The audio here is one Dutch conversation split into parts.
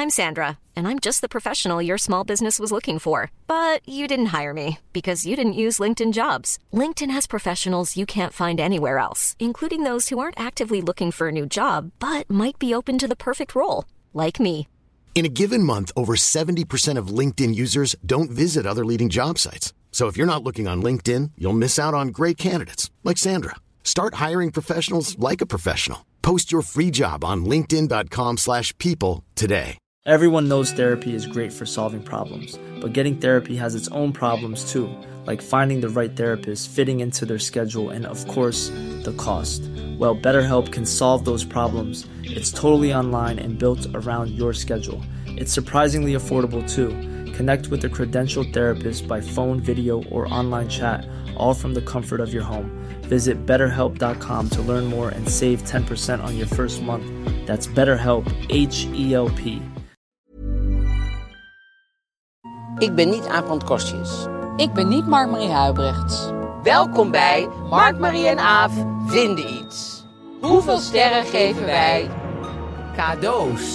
I'm Sandra, and I'm just the professional your small business was looking for. But you didn't hire me because you didn't use LinkedIn Jobs. LinkedIn has professionals you can't find anywhere else, including those who aren't actively looking for a new job, but might be open to the perfect role, like me. In a given month, over 70% of LinkedIn users don't visit other leading job sites. So if you're not looking on LinkedIn, you'll miss out on great candidates like Sandra. Start hiring professionals like a professional. Post your free job on linkedin.com/people today. Everyone knows therapy is great for solving problems, but getting therapy has its own problems too, like finding the right therapist, fitting into their schedule, and of course, the cost. Well, BetterHelp can solve those problems. It's totally online and built around your schedule. It's surprisingly affordable too. Connect with a credentialed therapist by phone, video, or online chat, all from the comfort of your home. Visit BetterHelp.com to learn more and save 10% on your first month. That's BetterHelp, H-E-L-P. Ik ben niet Aaf van het Kostjes. Ik ben niet Mark-Marie Huibrechts. Welkom bij Mark-Marie en Aaf vinden iets. Hoeveel sterren geven wij cadeaus?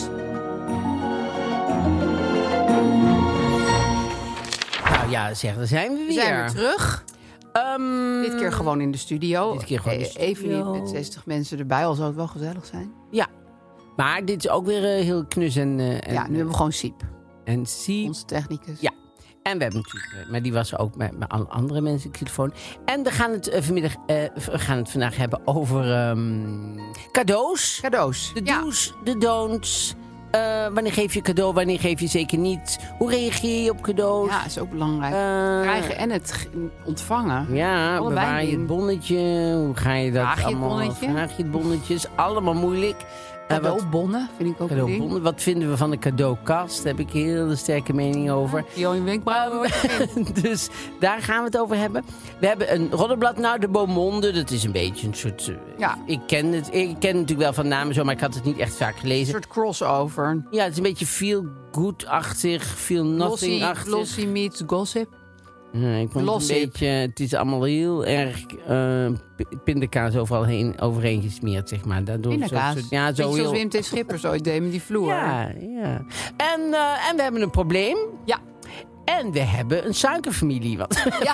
Nou ja, zeg, daar zijn we weer. We zijn weer terug. Dit keer gewoon in de studio. Dit keer gewoon in de studio. Even niet met 60 mensen erbij, al zou het wel gezellig zijn. Ja, maar dit is ook weer heel knus en ja, nu hebben we gewoon Siep. En Siep. Onze technicus. Ja. En we hebben natuurlijk, maar die was ook met alle andere mensen de telefoon. En we gaan het vandaag hebben over cadeaus. Cadeaus. De do's, de don'ts. Wanneer geef je cadeau, wanneer geef je zeker niet? Hoe reageer je op cadeaus? Ja, is ook belangrijk. Krijgen en het ontvangen. Ja, allebei bewaar je het bonnetje? Hoe ga je dat Vraag je het allemaal? bonnetje? Vraag je het bonnetje? Is allemaal moeilijk. Cadeaubonnen vind ik ook een ding. Cadeaubonnen. Wat vinden we van de cadeaukast? Daar heb ik een hele sterke mening over. Die al in wenkbrauwen. Dus daar gaan we het over hebben. We hebben een roddelblad. Nou, de Beaumonde. Dat is een beetje een soort... Ja. Ik ken het natuurlijk wel van namen zo, maar ik had het niet echt vaak gelezen. Een soort crossover. Ja, het is een beetje feel-good-achtig, feel-nothing-achtig. Glossy meets gossip. Nee, ik vond het een beetje... Het is allemaal heel erg pindakaas overheen gesmeerd, zeg maar. Pindakaas? Ja, zo zoals heel... Wim T. Schippers ooit deed met die vloer. Ja. En we hebben een probleem. Ja. En we hebben een suikerfamilie. Ja.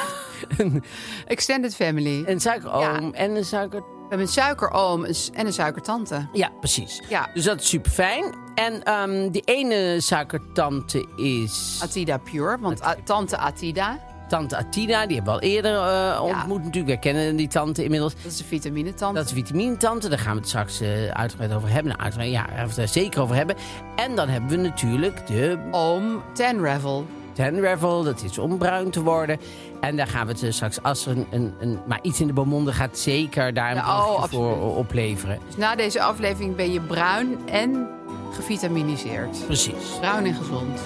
Extended family. Een suikeroom en een suiker... We hebben een suikeroom en een suikertante. Ja, precies. Ja. Dus dat is super fijn. En die ene suikertante is... Atida Pure, want tante Atida. Tante Atida, die hebben we al eerder ontmoet natuurlijk. Wij kennen die tante inmiddels. Dat is de vitaminetante. Dat is de vitaminetante. Daar gaan we het straks uitgebreid over hebben. Nou, uitgebreid, ja, daar gaan we het er zeker over hebben. En dan hebben we natuurlijk de... Oom Tenravel. Tenravel, dat is om bruin te worden. En daar gaan we het straks, als er maar iets in de Beaumonde gaat, zeker daar een voor opleveren. Dus na deze aflevering ben je bruin en gevitaminiseerd. Precies. Bruin en gezond.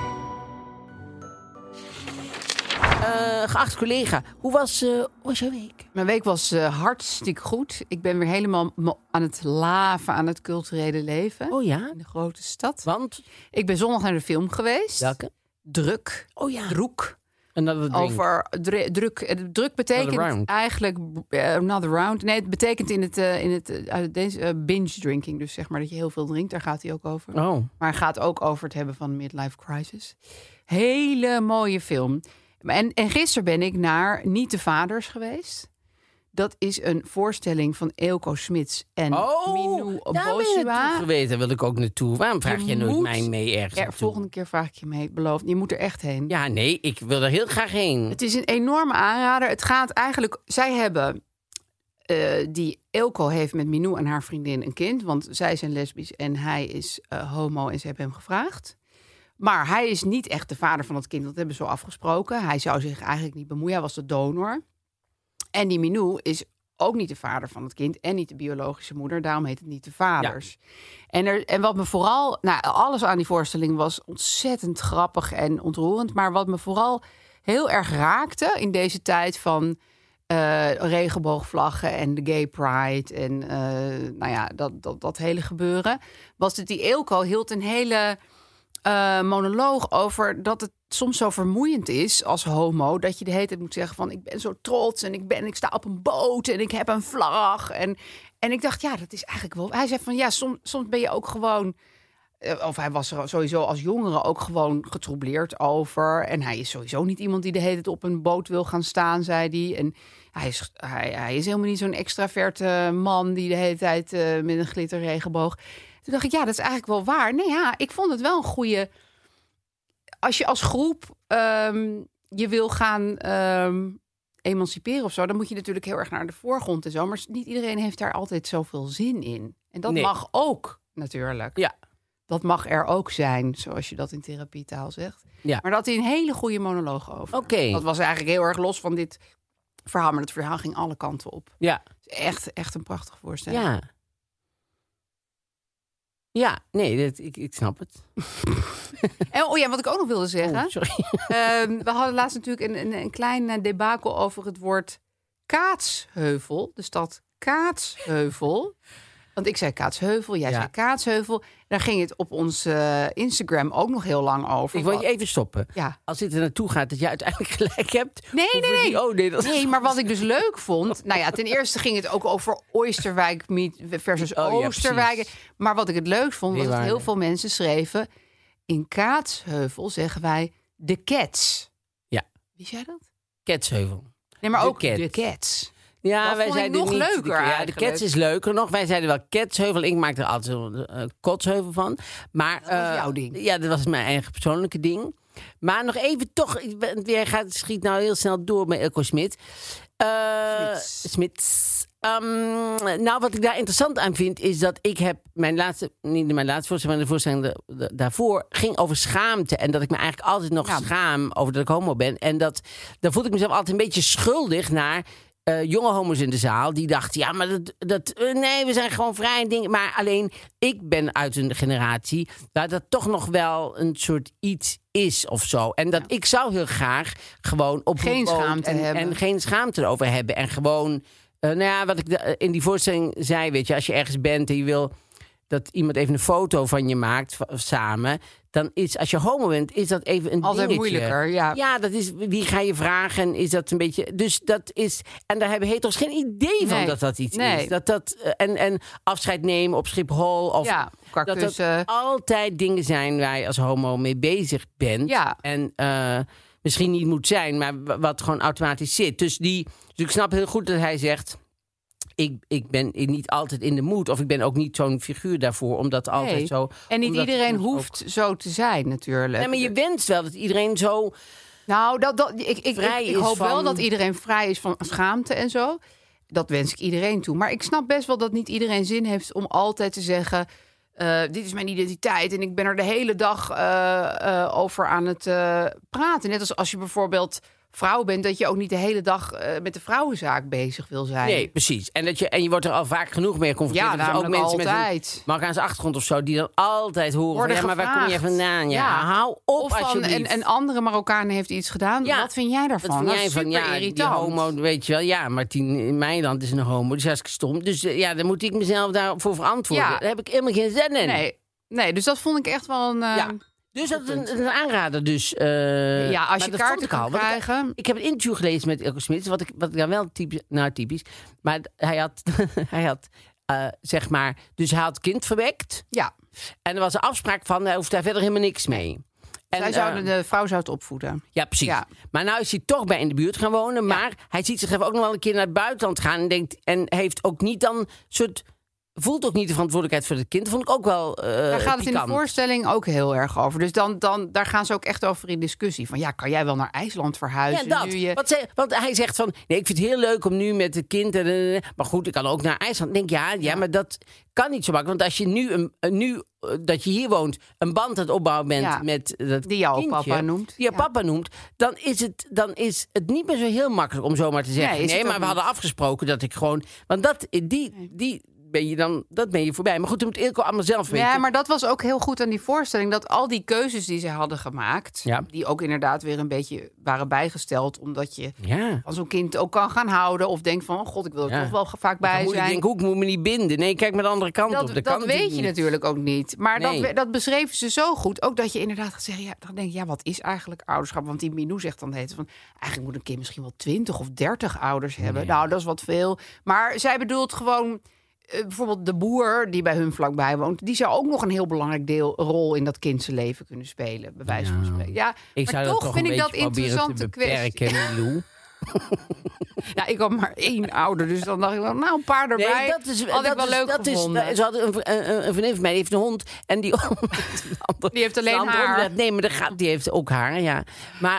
Geachte collega, hoe was jouw week? Mijn week was hartstikke goed. Ik ben weer helemaal aan het laven aan het culturele leven. Oh ja? In de grote stad. Want? Ik ben zondag naar de film geweest. Welke? Druk. Oh ja. Droek. Over druk. Druk betekent eigenlijk another round. Nee, het betekent in het binge drinking. Dus zeg maar dat je heel veel drinkt. Daar gaat hij ook over. Oh. Maar het gaat ook over het hebben van midlife crisis. Hele mooie film. En gisteren ben ik naar Niet de Vaders geweest. Dat is een voorstelling van Eelco Smits en Minou Bosua. Geweest, daar wil ik ook naartoe. Waarom vraag je nooit mij mee ergens naartoe? Volgende keer vraag ik je mee, beloofd. Je moet er echt heen. Ja, nee, ik wil er heel graag heen. Het is een enorme aanrader. Het gaat eigenlijk... Zij hebben... die Eelco heeft met Minou en haar vriendin een kind. Want zij zijn lesbisch en hij is homo en ze hebben hem gevraagd. Maar hij is niet echt de vader van het kind. Dat hebben ze zo afgesproken. Hij zou zich eigenlijk niet bemoeien. Hij was de donor. En die Minou is ook niet de vader van het kind en niet de biologische moeder. Daarom heet het Niet de Vaders. Ja. En wat me vooral... Nou, alles aan die voorstelling was ontzettend grappig en ontroerend. Maar wat me vooral heel erg raakte in deze tijd van regenboogvlaggen en de gay pride en dat hele gebeuren, was dat die Eelco hield een hele monoloog over dat het soms zo vermoeiend is als homo, dat je de hele tijd moet zeggen van ik ben zo trots en ik sta op een boot en ik heb een vlag. En ik dacht, ja, dat is eigenlijk wel... Hij zei van ja, soms ben je ook gewoon Of hij was er sowieso als jongere ook gewoon getroubleerd over. En hij is sowieso niet iemand die de hele tijd op een boot wil gaan staan, zei hij. En hij is helemaal niet zo'n extraverte man die de hele tijd met een glitterregenboog. Toen dacht ik, ja, dat is eigenlijk wel waar. Nee, ja, ik vond het wel een goede... Als je als groep je wil gaan emanciperen of zo, dan moet je natuurlijk heel erg naar de voorgrond en zo. Maar niet iedereen heeft daar altijd zoveel zin in. En dat mag ook, natuurlijk. Ja. Dat mag er ook zijn, zoals je dat in therapietaal zegt. Ja. Maar dat hij een hele goede monoloog over. Oké. Dat was eigenlijk heel erg los van dit verhaal. Maar het verhaal ging alle kanten op. Ja. Echt een prachtige voorstelling. Ja. Ja, nee, ik snap het. En wat ik ook nog wilde zeggen. Sorry. We hadden laatst natuurlijk een klein debakel over het woord Kaatsheuvel. De stad Kaatsheuvel. Want ik zei Kaatsheuvel, jij zei Kaatsheuvel. Daar ging het op ons Instagram ook nog heel lang over. Ik wil je even stoppen. Ja. Als dit er naartoe gaat dat jij uiteindelijk gelijk hebt. Nee. Nee, maar wat ik dus leuk vond. Nou ja, ten eerste ging het ook over Oosterwijk versus Oosterwijk. Precies. Maar wat ik het leuk vond, was dat heel veel mensen schreven... In Kaatsheuvel zeggen wij de Cats. Ja. Wie zei dat? Katsheuvel. Nee, maar de ook Cats. de Cats. Ja, dat wij vond ik zeiden nog niet leuker de Cats is leuker nog. Wij zeiden wel Katsheuvel. Ik maakte er altijd Kotsheuvel van. Maar, dat was jouw ding. Ja, dat was mijn eigen persoonlijke ding. Maar nog even toch... Jij schiet nou heel snel door met Eelco Smit. Smits. Nou, wat ik daar interessant aan vind, is dat ik heb niet mijn laatste voorstelling, maar de voorstelling daarvoor ging over schaamte. En dat ik me eigenlijk altijd nog schaam over dat ik homo ben. En daar voelde ik mezelf altijd een beetje schuldig naar jonge homo's in de zaal. Die dachten, ja, maar nee, we zijn gewoon vrij en dingen. Maar alleen, ik ben uit een generatie waar dat toch nog wel een soort iets is of zo. En dat ik zou heel graag gewoon op geen schaamte hebben. En geen schaamte erover hebben. En gewoon... wat ik in die voorstelling zei, weet je, als je ergens bent en je wil dat iemand even een foto van je maakt samen, dan is, als je homo bent, is dat even een altijd dingetje. Moeilijker, ja. Ja, dat is, wie ga je vragen en is dat een beetje, dus dat is, en daar hebben hetero's geen idee van dat iets is. En afscheid nemen op Schiphol, of dat altijd dingen zijn waar je als homo mee bezig bent. Ja. En misschien niet moet zijn, maar wat gewoon automatisch zit. Dus ik snap heel goed dat hij zegt, ik ben niet altijd in de mood, of ik ben ook niet zo'n figuur daarvoor, omdat altijd zo... En niet iedereen hoeft zo te zijn, natuurlijk. Nee, maar je wenst wel dat iedereen zo... Nou, ik hoop wel dat iedereen vrij is van schaamte en zo. Dat wens ik iedereen toe. Maar ik snap best wel dat niet iedereen zin heeft om altijd te zeggen... dit is mijn identiteit en ik ben er de hele dag over aan het praten. Net als je bijvoorbeeld vrouw bent, dat je ook niet de hele dag met de vrouwenzaak bezig wil zijn. Nee, precies. En je wordt er al vaak genoeg mee geconfronteerd. Ja, dus ook mensen altijd. Met een Marokkaanse achtergrond of zo, die dan altijd horen van, maar waar kom je vandaan? Ja, hou op of alsjeblieft. Een andere Marokkaan heeft iets gedaan. Ja. Wat vind jij daarvan? Wat vind jij van? Ja, irritant. Die homo, weet je wel. Ja, Martien in Meiland is een homo, die is hartstikke stom. Dus dan moet ik mezelf daarvoor verantwoorden. Daar heb ik helemaal geen zin in. Nee, dus dat vond ik echt wel een... Dus dat is een aanrader. Dus, als je kaarten kan krijgen. Ik heb een interview gelezen met Eelco Smit. Wat ik dan wel typisch. Maar hij had zeg maar... Dus hij had kind verwekt. Ja. En er was een afspraak van... Hij hoeft daar verder helemaal niks mee. En, de vrouw zou het opvoeden. Ja, precies. Ja. Maar nou is hij toch bij in de buurt gaan wonen. Ja. Maar hij ziet zichzelf ook nog wel een keer naar het buitenland gaan. En denkt, en heeft ook niet dan soort... Voelt ook niet de verantwoordelijkheid voor het kind. Dat vond ik ook wel daar gaat het pikant. In de voorstelling ook heel erg over. Dus daar gaan ze ook echt over in discussie. Van kan jij wel naar IJsland verhuizen? Ja, dat. Want hij zegt van... Nee, ik vind het heel leuk om nu met het kind... maar goed, ik kan ook naar IJsland. Ik denk, ja, maar dat kan niet zo makkelijk. Want als je nu dat je hier woont... een band aan het opbouwen bent met dat die jouw kindje, papa noemt. Die jouw papa noemt. Dan is het niet meer zo heel makkelijk om zomaar te zeggen... Nee, maar we hadden afgesproken dat ik gewoon... Want dat ben je voorbij. Maar goed, dat moet Eelco allemaal zelf weten. Ja, maar dat was ook heel goed aan die voorstelling. Dat al die keuzes die ze hadden gemaakt... die ook inderdaad weer een beetje waren bijgesteld... omdat je van zo'n kind ook kan gaan houden... of denkt van, oh god, ik wil er toch wel vaak bij zijn. Ik moet me niet binden. Nee, kijk maar de andere kant op. Dat weet je natuurlijk ook niet. Maar dat beschreven ze zo goed. Ook dat je inderdaad gaat zeggen... dan denk je, wat is eigenlijk ouderschap? Want die Minou zegt dan van... eigenlijk moet een kind misschien wel 20 of 30 ouders hebben. Nou, dat is wat veel. Maar zij bedoelt gewoon... bijvoorbeeld de boer die bij hun vlakbij woont, die zou ook nog een heel belangrijk rol in dat kind zijn leven kunnen spelen, bij wijze van spreken. Ja, ik zou maar dat toch een vind ik dat beetje proberen te interessante kwestie. beperken, Milou. Ja, ik had maar 1 ouder, dus dan dacht ik wel, een paar erbij. Had ik wel leuk gevonden. Ze had een vriendin van mij, die heeft een hond. En die Die heeft alleen haar. Nee, maar die heeft ook haar, ja. Maar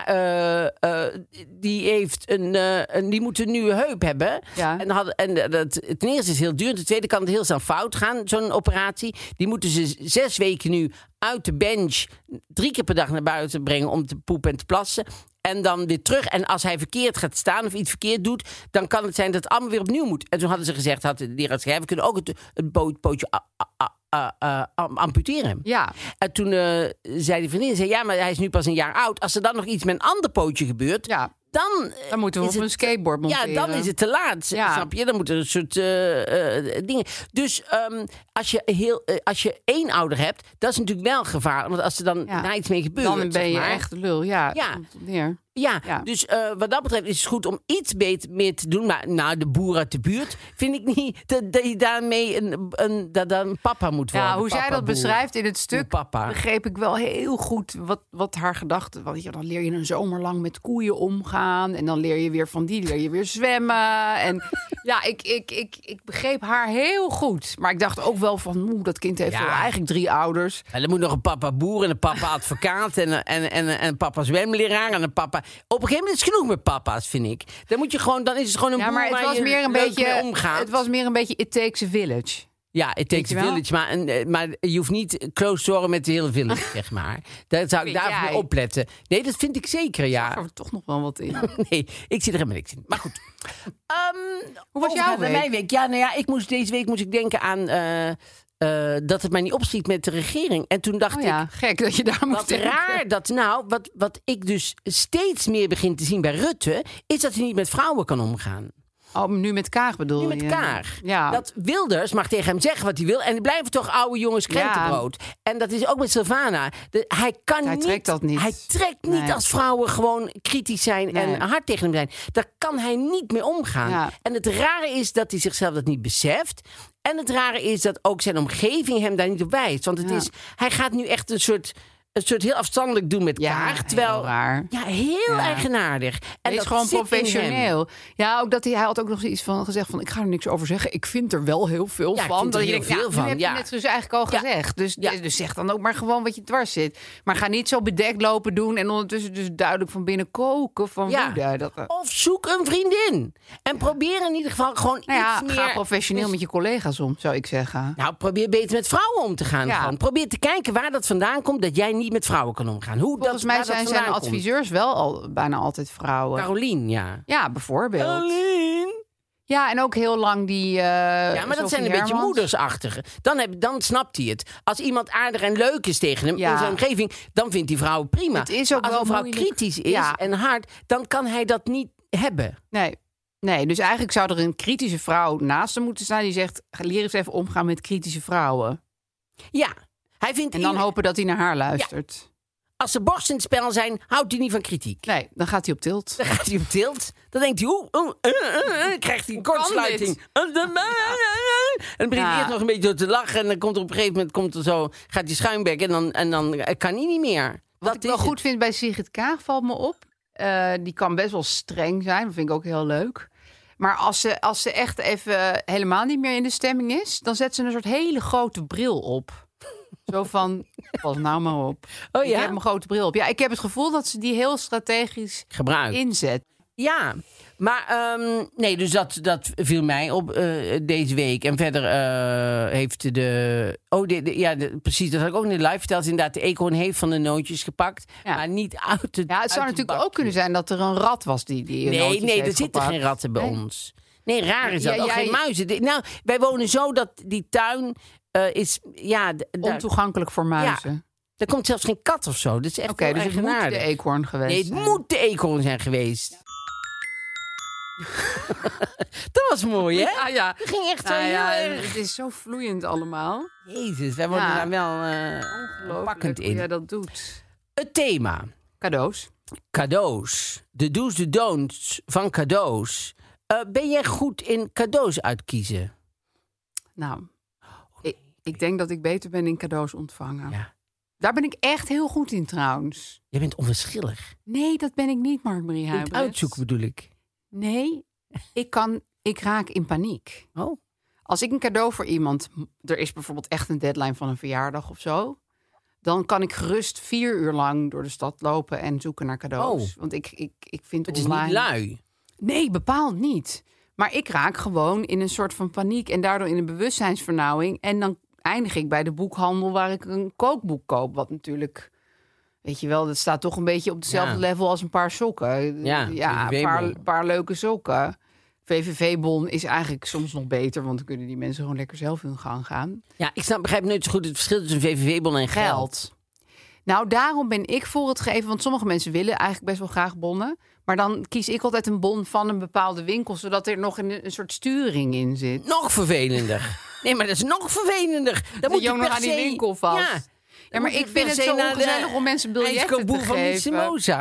die heeft die moet een nieuwe heup hebben. Ja. Ten eerste is het heel duur. Ten tweede kan het heel snel fout gaan, zo'n operatie. Die moeten ze 6 weken nu uit de bench 3 keer per dag naar buiten brengen om te poepen en te plassen. En dan weer terug. En als hij verkeerd gaat staan of iets verkeerd doet, dan kan het zijn dat het allemaal weer opnieuw moet. En toen hadden ze gezegd, we kunnen ook het pootje amputeren. Ja. En toen zei die vriendin, ja, maar hij is nu pas een jaar oud. Als er dan nog iets met een ander pootje gebeurt, Ja. Dan moeten we op een skateboard monteren. Ja, dan is het te laat. Snap je? Dan moeten er een soort dingen. Dus als je 1 ouder hebt, dat is natuurlijk wel gevaarlijk. Want als er dan daar iets mee gebeurt, dan ben je echt de lul. Ja. Ja, dus wat dat betreft is het goed om iets beter meer te doen. Maar de boer uit de buurt vind ik niet dat je daarmee een papa moet worden. Ja, hoe zij dat beschrijft in het stuk, papa. begreep ik wel heel goed wat haar gedachte was. Dan leer je een zomer lang met koeien omgaan. En dan leer je weer van die, leer je weer zwemmen. En ja, ik begreep haar heel goed. Maar ik dacht ook wel van, dat kind heeft wel eigenlijk 3 ouders. En er moet nog een papa boer en een papa advocaat en een papa zwemleraar en een papa. Op een gegeven moment is het genoeg met papa's, vind ik. Dan is het gewoon een boer maar waar je mee omgaat. Het was meer een beetje It Takes a Village. Ja, it takes a village, maar je hoeft niet close te horen met de hele village, zeg maar. Daar zou ik daarvoor mee opletten. Nee, dat vind ik zeker, ja. Er zit toch nog wel wat in. Nee, ik zie er helemaal niks in. Maar goed. Hoe was jouw week? Mijn week? Ja, deze week moest ik denken aan dat het mij niet opschiet met de regering. En toen dacht ik, gek dat je daar moet denken. Wat raar, wat ik dus steeds meer begin te zien bij Rutte, is dat hij niet met vrouwen kan omgaan. Oh, nu met Kaag bedoel je? Nu met Kaag. Ja. Dat Wilders mag tegen hem zeggen wat hij wil. En die blijven toch oude jongens krentenbrood. Ja. En dat is ook met Sylvana. Hij trekt dat niet. Hij trekt niet als vrouwen gewoon kritisch zijn en hard tegen hem zijn. Daar kan hij niet mee omgaan. Ja. En het rare is dat hij zichzelf dat niet beseft. En het rare is dat ook zijn omgeving hem daar niet op wijst. Want hij gaat nu echt een soort heel afstandelijk doen met Kaag. Terwijl, heel raar. Ja, heel eigenaardig. En hij is dat gewoon professioneel. Ja, ook dat hij had ook nog iets van gezegd van, ik ga er niks over zeggen. Ik vind er wel heel veel van. Dat je denkt, nu heb je net dus eigenlijk al gezegd. Dus zeg dan ook maar gewoon wat je dwars zit. Maar ga niet zo bedekt lopen doen en ondertussen dus duidelijk van binnen koken van woede. Of zoek een vriendin. En probeer in ieder geval gewoon iets meer. Ga professioneel met je collega's om, zou ik zeggen. Nou, probeer beter met vrouwen om te gaan. Ja. Gewoon. Probeer te kijken waar dat vandaan komt dat jij niet met vrouwen kan omgaan. Volgens mij zijn zijn adviseurs wel al bijna altijd vrouwen. Carolien, ja. Ja, bijvoorbeeld. Carolien. Ja, en ook heel lang die... ja, maar dat zijn een beetje moedersachtige. Dan snapt hij het. Als iemand aardig en leuk is tegen hem in zijn omgeving, dan vindt die vrouw prima. Het is ook als wel een vrouw moeilijk. kritisch is en hard, dan kan hij dat niet hebben. Nee, dus eigenlijk zou er een kritische vrouw naast hem moeten staan die zegt, leer eens even omgaan met kritische vrouwen. Ja. Hij vindt en dan hopen dat hij naar haar luistert. Ja. Als er borsten in het spel zijn, houdt hij niet van kritiek. Nee, dan gaat hij op tilt. Dan denkt hij, krijgt hij een kortsluiting. En dan begint hij eerst nog een beetje te lachen. En dan komt er op een gegeven moment gaat hij schuimbek. En dan kan hij niet meer. Wat ik wel goed vind bij Sigrid Kaag, valt me op. Die kan best wel streng zijn. Dat vind ik ook heel leuk. Maar als ze echt even helemaal niet meer in de stemming is, dan zet ze een soort hele grote bril op. Zo van, pas nou maar op. Oh ja? Ik heb een grote bril op. Ja, ik heb het gevoel dat ze die heel strategisch inzet. Ja, maar nee, dus dat viel mij op deze week. En verder heeft precies, dat had ik ook in de live verteld. Inderdaad, de eekhoorn heeft van de nootjes gepakt. Ja. Maar niet uit het Ja, het zou natuurlijk ook kunnen zijn dat er een rat was die Nee, er zitten geen ratten bij ons. Nee, raar is dat. Ook geen muizen. Nou, wij wonen zo dat die tuin is... ontoegankelijk voor muizen. Ja. Er komt zelfs geen kat of zo. Dat is echt Oké, dus het moet de eekhoorn geweest zijn. Nee, het moet de eekhoorn zijn geweest. Dat was mooi, hè? Ja. Het ging echt zo heel erg. Het is zo vloeiend allemaal. Jezus, wij worden daar wel pakkend in. Hoe jij dat doet. Het thema. Cadeaus. De do's, de don'ts van cadeaus. Ben jij goed in cadeaus uitkiezen? Nou, ik denk dat ik beter ben in cadeaus ontvangen. Ja. Daar ben ik echt heel goed in trouwens. Je bent onverschillig. Nee, dat ben ik niet, Mark-Marie Het Huibrechts. uitzoeken bedoel ik. Nee, ik raak in paniek. Oh. Als ik een cadeau voor iemand... Er is bijvoorbeeld echt een deadline van een verjaardag of zo. Dan kan ik gerust 4 uur lang door de stad lopen en zoeken naar cadeaus. Oh. Want ik vind Het is online... niet lui. Nee, bepaald niet. Maar ik raak gewoon in een soort van paniek en daardoor in een bewustzijnsvernauwing. En dan eindig ik bij de boekhandel waar ik een kookboek koop. Wat natuurlijk, weet je wel, dat staat toch een beetje op hetzelfde level als een paar sokken. Ja, een paar leuke sokken. VVV-bon is eigenlijk soms nog beter, want dan kunnen die mensen gewoon lekker zelf hun gang gaan. Ja, begrijp nooit zo goed het verschil tussen een VVV-bon en geld. Nou, daarom ben ik voor het geven. Want sommige mensen willen eigenlijk best wel graag bonnen. Maar dan kies ik altijd een bon van een bepaalde winkel, zodat er nog een soort sturing in zit. Nog vervelender. Nee, maar dat is nog vervelender. Dan moet je nog aan die winkel vast. Ja. Ja, maar ik vind het zo ongezellig om mensen biljetten te van die geven. Simosa.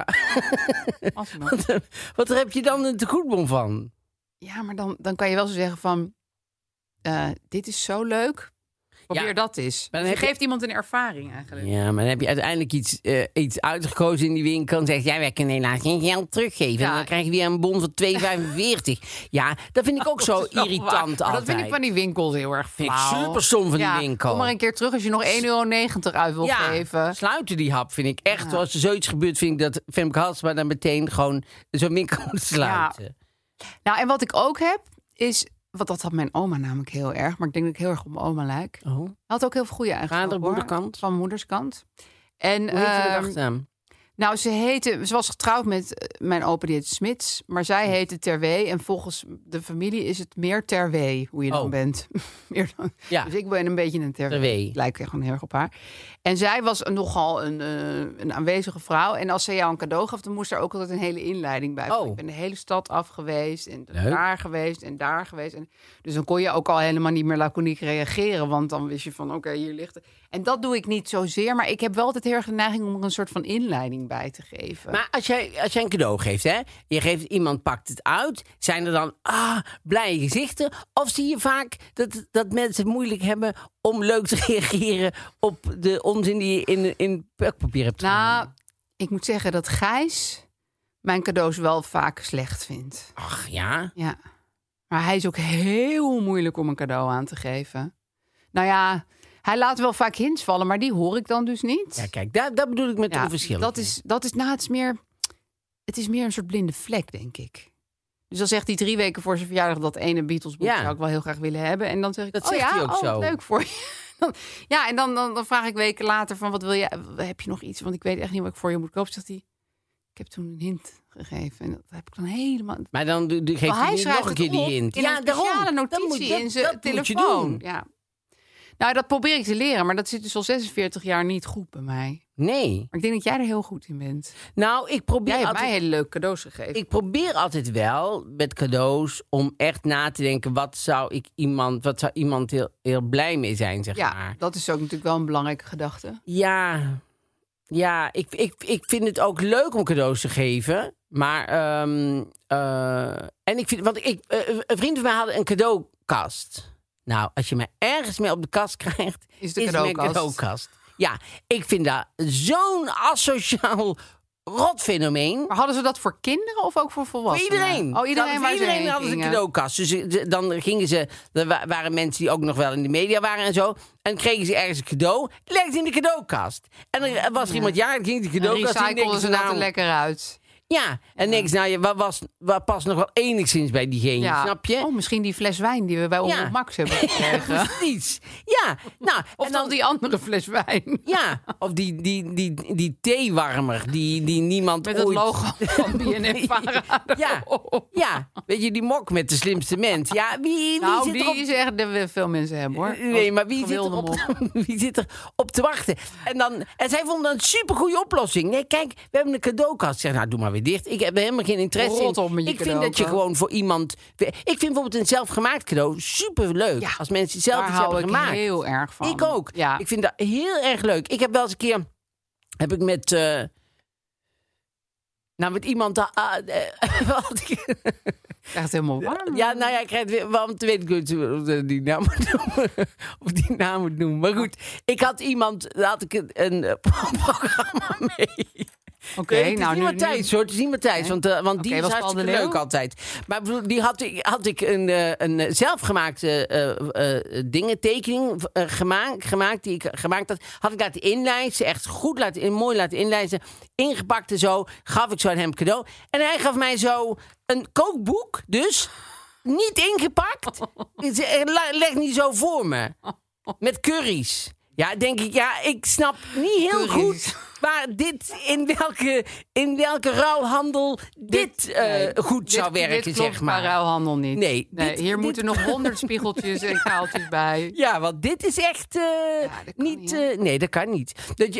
Wat heb je dan een tegoedbon van? Ja, maar dan kan je wel zo zeggen van... dit is zo leuk. Probeer dat eens. Maar dan je geeft iemand een ervaring eigenlijk. Ja, maar dan heb je uiteindelijk iets uitgekozen in die winkel en zegt... ja, wij kunnen helaas geen geld teruggeven. Ja. En dan krijg je weer een bon van 2,45. Ja, dat vind ik ook zo irritant altijd. Maar dat vind ik van die winkels heel erg Vind ik flauw. super stom van die winkel. Kom maar een keer terug als je nog €1,90 uit wil geven. Sluiten die hap, vind ik echt. Als er zoiets gebeurt, vind ik dat Femke Halsema dan meteen gewoon zo'n winkel moet sluiten. Nou, en wat ik ook heb, is... Want dat had mijn oma namelijk heel erg. Maar ik denk dat ik heel erg op mijn oma lijk. Oh. Hij had ook heel veel goede eigenschappen. Vader, moederkant? Van moederskant. En, Hoe heet je de achternaam? Nou, ze was getrouwd met mijn opa, die heette Smits. Maar zij heette Terwee. En volgens de familie is het meer Terwee, hoe je dan bent. Meer dan. Ja. Dus ik ben een beetje een Terwee. Ik lijk echt gewoon heel erg op haar. En zij was nogal een aanwezige vrouw. En als ze jou een cadeau gaf, dan moest er ook altijd een hele inleiding bij. Ik ben de hele stad af geweest. En daar geweest en daar geweest. En dus dan kon je ook al helemaal niet meer laconiek reageren. Want dan wist je van, oké, hier ligt het. En dat doe ik niet zozeer. Maar ik heb wel altijd heel erg de neiging om er een soort van inleiding bij te geven. Maar als jij een cadeau geeft, hè? Je geeft, iemand pakt het uit. Zijn er dan blije gezichten? Of zie je vaak dat mensen het moeilijk hebben om leuk te reageren op de onzin die je in pakpapier hebt genomen? Nou, ik moet zeggen dat Gijs mijn cadeaus wel vaak slecht vindt. Ach, ja? Ja. Maar hij is ook heel moeilijk om een cadeau aan te geven. Nou ja, hij laat wel vaak hints vallen, maar die hoor ik dan dus niet. Ja, kijk, dat bedoel ik met de verschillen. Het is meer een soort blinde vlek, denk ik. Dus dan zegt hij 3 weken voor zijn verjaardag dat ene Beatles-boek zou ik wel heel graag willen hebben. En dan zeg ik, dat zegt hij ook zo. Leuk voor je. En dan vraag ik weken later van, wat wil je? Heb je nog iets? Want ik weet echt niet wat ik voor je moet kopen. Zegt hij, ik heb toen een hint gegeven. En dat heb ik dan helemaal... Maar dan geeft hij niet nog een keer die hint. In een speciale notitie in zijn telefoon. Ja. Nou, dat probeer ik te leren. Maar dat zit dus al 46 jaar niet goed bij mij. Nee. Maar ik denk dat jij er heel goed in bent. Nou, ik probeer Jij hebt mij hele leuke cadeaus gegeven. Ik probeer altijd wel met cadeaus om echt na te denken... wat zou iemand heel blij mee zijn, zeg maar. Ja, dat is ook natuurlijk wel een belangrijke gedachte. Ja, ik vind het ook leuk om cadeaus te geven. Maar, en ik vind, want een vriend van mij had een cadeaukast. Nou, als je mij ergens mee op de kast krijgt, is het een cadeaukast. Ja, ik vind dat zo'n asociaal rotfenomeen. Maar hadden ze dat voor kinderen of ook voor volwassenen? Voor iedereen. Oh, iedereen hadden ze een cadeaukast. Dus dan gingen ze... Er waren mensen die ook nog wel in de media waren en zo. En kregen ze ergens een cadeau. Legden ze in de cadeaukast. En er was er iemand jarig, ging die cadeaukast... En recycleden ze dat er lekker uit. Ja, en niks. Nou, wat past nog wel enigszins bij diegene, snap je? Oh, misschien die fles wijn die we bij Omroep Max hebben gekregen. Precies. Ja, nou... Of dan die andere fles wijn. Ja, of die theewarmer die niemand met ooit... het logo van BNN-Vara. Ja, weet je, die mok met de slimste mens. Ja, wie zit die erop... is echt dat veel mensen hebben, hoor. Nee, maar wie zit er op te wachten? En zij vonden een supergoeie oplossing. Nee, kijk, we hebben een cadeaukast. Ik zeg, nou, doe maar weer dicht. Ik heb helemaal geen interesse in. Ik vind dat je gewoon voor iemand... Ik vind bijvoorbeeld een zelfgemaakt cadeau superleuk. Ja, als mensen zelf iets hebben gemaakt. Daar hou ik heel erg van. Ik ook. Ja. Ik vind dat heel erg leuk. Ik heb wel eens een keer... Heb ik met iemand... Echt helemaal warm. Ja, nou ja, ik krijg het weer, want weet ik niet of ik die naam moet noemen. Of die naam moet noemen. Maar goed, ik had iemand, daar had ik een programma mee. Oké, Het is nou niet Matthijs, hoor. Het is niet Matthijs, want die is was Paul hartstikke de Leeuw? leuk altijd. Maar ik bedoel, die had ik een zelfgemaakte tekening gemaakt, die ik gemaakt had. Had ik laten inlijsten, echt goed mooi laten inlijsten. Ingepakt en zo, gaf ik zo aan hem cadeau. En hij gaf mij zo een kookboek, dus niet ingepakt. Leg niet zo voor me. Met curry's. Ja, denk ik, ik snap niet heel goed waar in welke ruilhandel dit goed zou werken, dit zeg maar. ruilhandel niet. Nee, hier moeten nog 100 spiegeltjes en kaaltjes bij. Ja, want dit is echt dat kan niet... niet, nee, dat kan niet.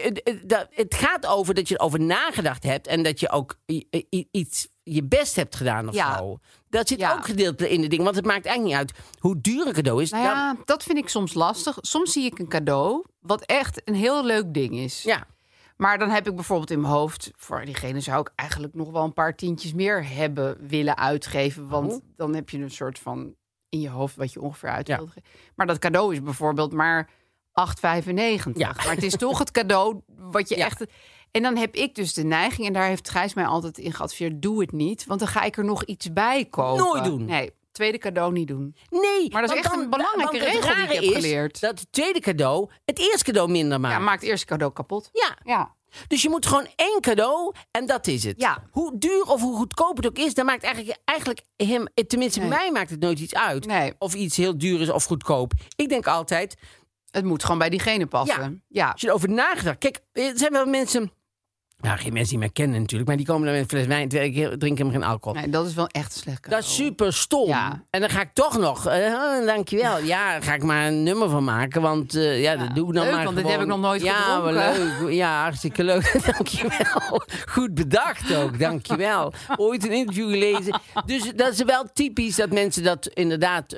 Het gaat over dat je erover nagedacht hebt en dat je ook iets je best hebt gedaan of zo. Dat zit ook gedeeld in de ding. Want het maakt eigenlijk niet uit hoe duur een cadeau is. Nou ja, dat vind ik soms lastig. Soms zie ik een cadeau wat echt een heel leuk ding is. Ja. Maar dan heb ik bijvoorbeeld in mijn hoofd... voor diegene zou ik eigenlijk nog wel een paar tientjes meer willen uitgeven. Want dan heb je een soort van in je hoofd wat je ongeveer uit wilt geven. Maar dat cadeau is bijvoorbeeld maar 8,95. Ja. Maar het is toch het cadeau wat je echt... En dan heb ik dus de neiging, en daar heeft Gijs mij altijd in geadviseerd... doe het niet, want dan ga ik er nog iets bij kopen. Nooit doen. Nee, tweede cadeau niet doen. Nee. Maar dat is echt een belangrijke regel die ik heb geleerd. Dat het tweede cadeau het eerste cadeau minder maakt. Ja, maakt het eerste cadeau kapot. Ja. Dus je moet gewoon 1 cadeau en dat is het. Ja. Hoe duur of hoe goedkoop het ook is, dan maakt eigenlijk hem... Tenminste, mij maakt het nooit iets uit. Nee. Of iets heel duur is of goedkoop. Ik denk altijd... Het moet gewoon bij diegene passen. Ja. Als je erover nagedacht... Kijk, er zijn wel mensen... Nou, geen mensen die mij kennen natuurlijk, maar die komen dan met een fles wijn, drinken hem geen alcohol. Nee, dat is wel echt slecht cadeau. Dat is super stom. Ja. En dan ga ik toch nog, dankjewel. Ja, daar ga ik maar een nummer van maken, want dat doe ik dan leuk, maar want gewoon. dit heb ik nog nooit Ja, gedronken. wel leuk. Ja, hartstikke leuk. Dankjewel. Goed bedacht ook, dankjewel. Ooit een interview gelezen. Dus dat is wel typisch dat mensen dat inderdaad...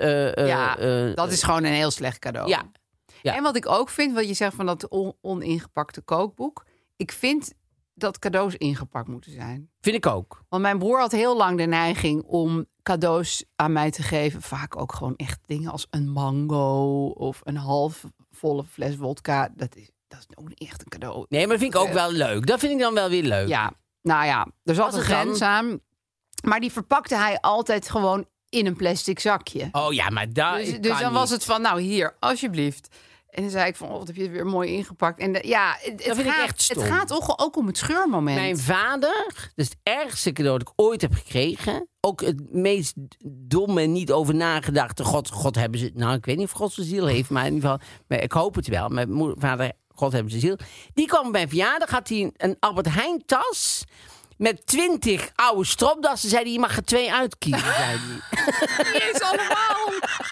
dat is gewoon een heel slecht cadeau. Ja. En wat ik ook vind, wat je zegt van dat oningepakte kookboek. Ik vind dat cadeaus ingepakt moeten zijn. Vind ik ook. Want mijn broer had heel lang de neiging om cadeaus aan mij te geven. Vaak ook gewoon echt dingen als een mango of een halfvolle fles wodka. Dat is ook niet echt een cadeau. Nee, maar dat vind ik ook wel leuk. Dat vind ik dan wel weer leuk. Ja, nou ja, er zat een het dan? grens aan. Maar die verpakte hij altijd gewoon in een plastic zakje. Oh ja, maar daar Dus dan was het van, nou hier, alsjeblieft. En dan zei ik van, wat heb je het weer mooi ingepakt. En het vind ik echt stom. Het gaat ook om het scheurmoment. Mijn vader, dat is het ergste cadeau dat ik ooit heb gekregen. Ook het meest domme, niet over nagedachte. God hebben ze... Nou, ik weet niet of God zijn ziel heeft, maar in ieder geval... Maar ik hoop het wel. Mijn vader, God hebben ze ziel. Die kwam bij mijn verjaardag, had hij een Albert Heijn tas... met 20 oude stropdassen. Zei hij, je mag er 2 uitkiezen, zei hij. Die is allemaal...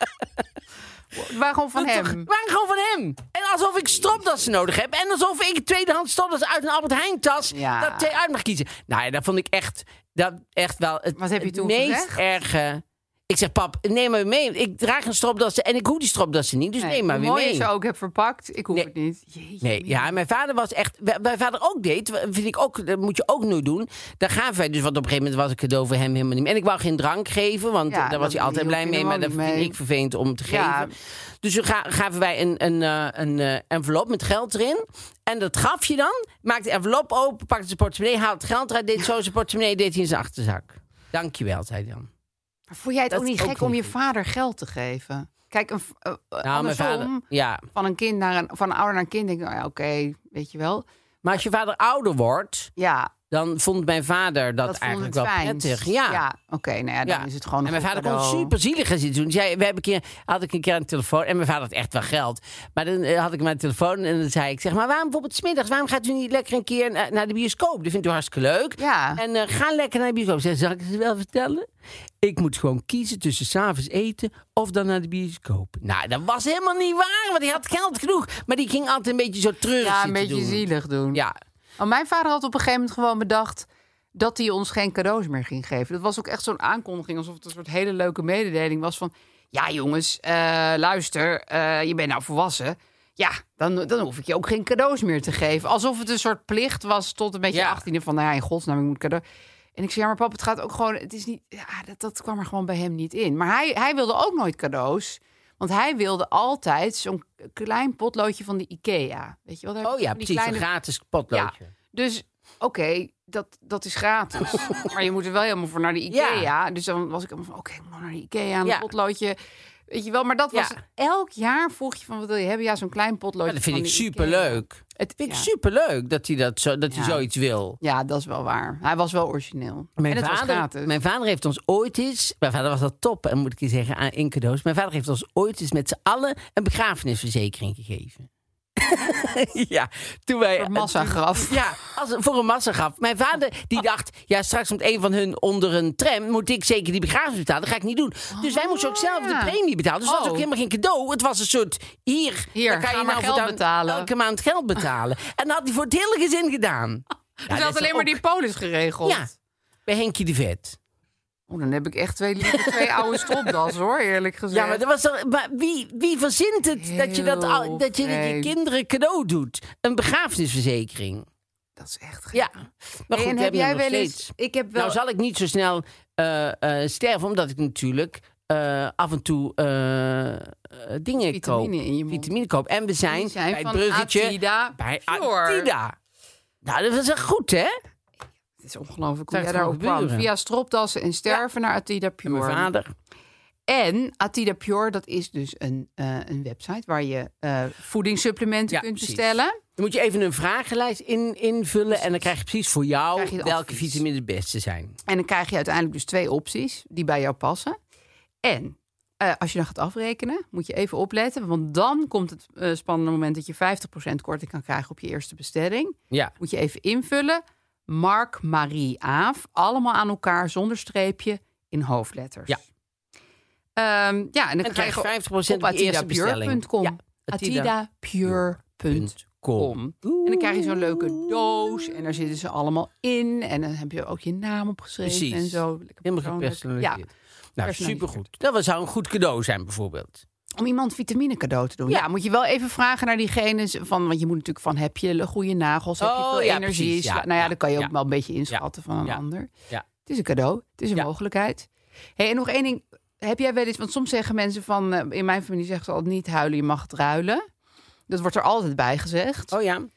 Waar gewoon van hem. Waren gewoon van hem. En alsof ik stropdassen nodig heb. En alsof ik tweedehands stropdassen uit een Albert Heijn tas... dat 2 uit mag kiezen. Nou ja, dat vond ik echt wel Wat heb je toen meest gezegd? erge... Ik zeg, pap, neem maar mee. Ik draag een stropdassen en ik hoef die stropdassen niet. Dus neem maar weer mooi mee. je ze ook hebt verpakt. Ik hoef het niet. Jeetje, Nee, ja, mijn vader was echt... Wat mijn vader ook deed, vind ik ook... Dat moet je ook nooit doen. Daar gaven wij dus, want op een gegeven moment was een cadeau voor hem helemaal niet meer. En ik wou geen drank geven, want daar was hij altijd blij mee. Maar dat vind ik vervelend om te geven. Dus toen gaven wij een envelop met geld erin. En dat gaf je dan. Maakte de envelop open, pakte zijn portemonnee, haalde het geld eruit, deed zo zijn portemonnee, deed hij in zijn achterzak. Dankjewel, zei hij dan. Maar vond jij het Dat ook niet is gek ook om niet je goed. vader geld te geven? Kijk, Mijn andersom, vader, ja. van een kind van een ouder naar een kind, denk ik, nou ja, oké, weet je wel. Maar als je vader ouder wordt, Ja, dan vond mijn vader dat vond eigenlijk het wel fijn. prettig. Ja. Oké, nou ja, dan is het gewoon En een mijn goed vader kon cadeau. super zielig gaan zitten doen. Had ik een keer aan de telefoon. En mijn vader had echt wel geld. Maar dan had ik hem aan de telefoon. En dan zei ik, zeg maar, waarom bijvoorbeeld 's middags? Waarom gaat u niet lekker een keer naar de bioscoop? Dat vindt u hartstikke leuk. Ja. En ga lekker naar de bioscoop. Zal ik het wel vertellen? Ik moet gewoon kiezen tussen 's avonds eten of dan naar de bioscoop. Nou, dat was helemaal niet waar. Want hij had geld genoeg. Maar die ging altijd een beetje zo treurig Ja, een zitten beetje doen. zielig doen. Ja. Maar mijn vader had op een gegeven moment gewoon bedacht dat hij ons geen cadeaus meer ging geven. Dat was ook echt zo'n aankondiging, alsof het een soort hele leuke mededeling was van... Ja, jongens, luister, je bent nou volwassen. Ja, dan hoef ik je ook geen cadeaus meer te geven. Alsof het een soort plicht was tot een beetje 18e van... Nou ja, in godsnaam, ik moet cadeau... En ik zei, ja, maar pap, het gaat ook gewoon... Het is niet... Ja, dat kwam er gewoon bij hem niet in. Maar hij wilde ook nooit cadeaus. Want hij wilde altijd zo'n klein potloodje van de IKEA. Weet je wel? Oh ja, precies, een gratis potloodje. Ja, dus oké, dat is gratis. Maar je moet er wel helemaal voor naar de IKEA. Ja. Dus dan was ik helemaal van, ik moet naar de IKEA, een potloodje. Weet je wel, maar dat was elk jaar vroeg je van, wat wil je hebben? Ja, zo'n klein potloodje. Dat vind ik superleuk. Het vind ik superleuk dat hij hij zoiets wil. Ja, dat is wel waar. Hij was wel origineel. Mijn vader heeft ons ooit eens... Mijn vader was dat top, en moet ik je zeggen, in cadeaus. Mijn vader heeft ons ooit eens met z'n allen een begrafenisverzekering gegeven. Ja, toen wij... Voor een massagraf. Voor een massagraf. Mijn vader die dacht, straks komt een van hun onder een tram, moet ik zeker die begrafenis betalen. Dat ga ik niet doen. Dus wij moesten ook zelf de premie betalen. Dus het was ook helemaal geen cadeau. Het was een soort, hier dan kan je nou geld betalen. Elke maand geld betalen. En dat had hij voor het hele gezin gedaan. Dus hij had alleen maar die polis geregeld. Ja, bij Henkie de Vet. Dan heb ik echt twee oude stropdassen, hoor, eerlijk gezegd. Ja, maar dat was toch, wie verzint het dat je je kinderen cadeau doet? Een begrafenisverzekering. Dat is echt gek. Ja, maar goed, heb jij wel eens... Nou zal ik niet zo snel sterven, omdat ik natuurlijk af en toe dingen koop. Vitamine koop. En we zijn bij het bruggetje bij Atida. Nou, dat is echt goed, hè? Het is ongelooflijk hoe jij daarop kwam. Via stropdassen en sterven naar Atida Pure. Mijn vader. En Atida Pure, dat is dus een website waar je voedingssupplementen kunt bestellen. Dan moet je even een vragenlijst invullen. En dan krijg je precies voor jou welke vitamine het beste zijn. En dan krijg je uiteindelijk dus 2 opties die bij jou passen. En als je dan gaat afrekenen, moet je even opletten. Want dan komt het spannende moment dat je 50% korting kan krijgen op je eerste bestelling. Ja. Moet je even invullen. Mark, Marie, Aaf. Allemaal aan elkaar zonder streepje in hoofdletters. Ja. En dan krijg je 50% op atidapure.com. Ja, atidapure.com. En dan krijg je zo'n leuke doos. En daar zitten ze allemaal in. En dan heb je ook je naam opgeschreven. Precies. En zo. Helemaal gepersonaliseerd. Ja. Nou, supergoed. Dat zou een goed cadeau zijn, bijvoorbeeld. Om iemand vitamine cadeau te doen. Ja, moet je wel even vragen naar diegene van, want je moet natuurlijk van, heb je goede nagels, heb je veel energie? Precies, ja, nou ja, dan kan je ook wel een beetje inschatten van een ander. Ja. Het is een cadeau, het is een mogelijkheid. Hey, en nog één ding, heb jij wel eens, want soms zeggen mensen van, in mijn familie zeggen ze altijd niet huilen, je mag het ruilen. Dat wordt er altijd bij gezegd. Oh ja.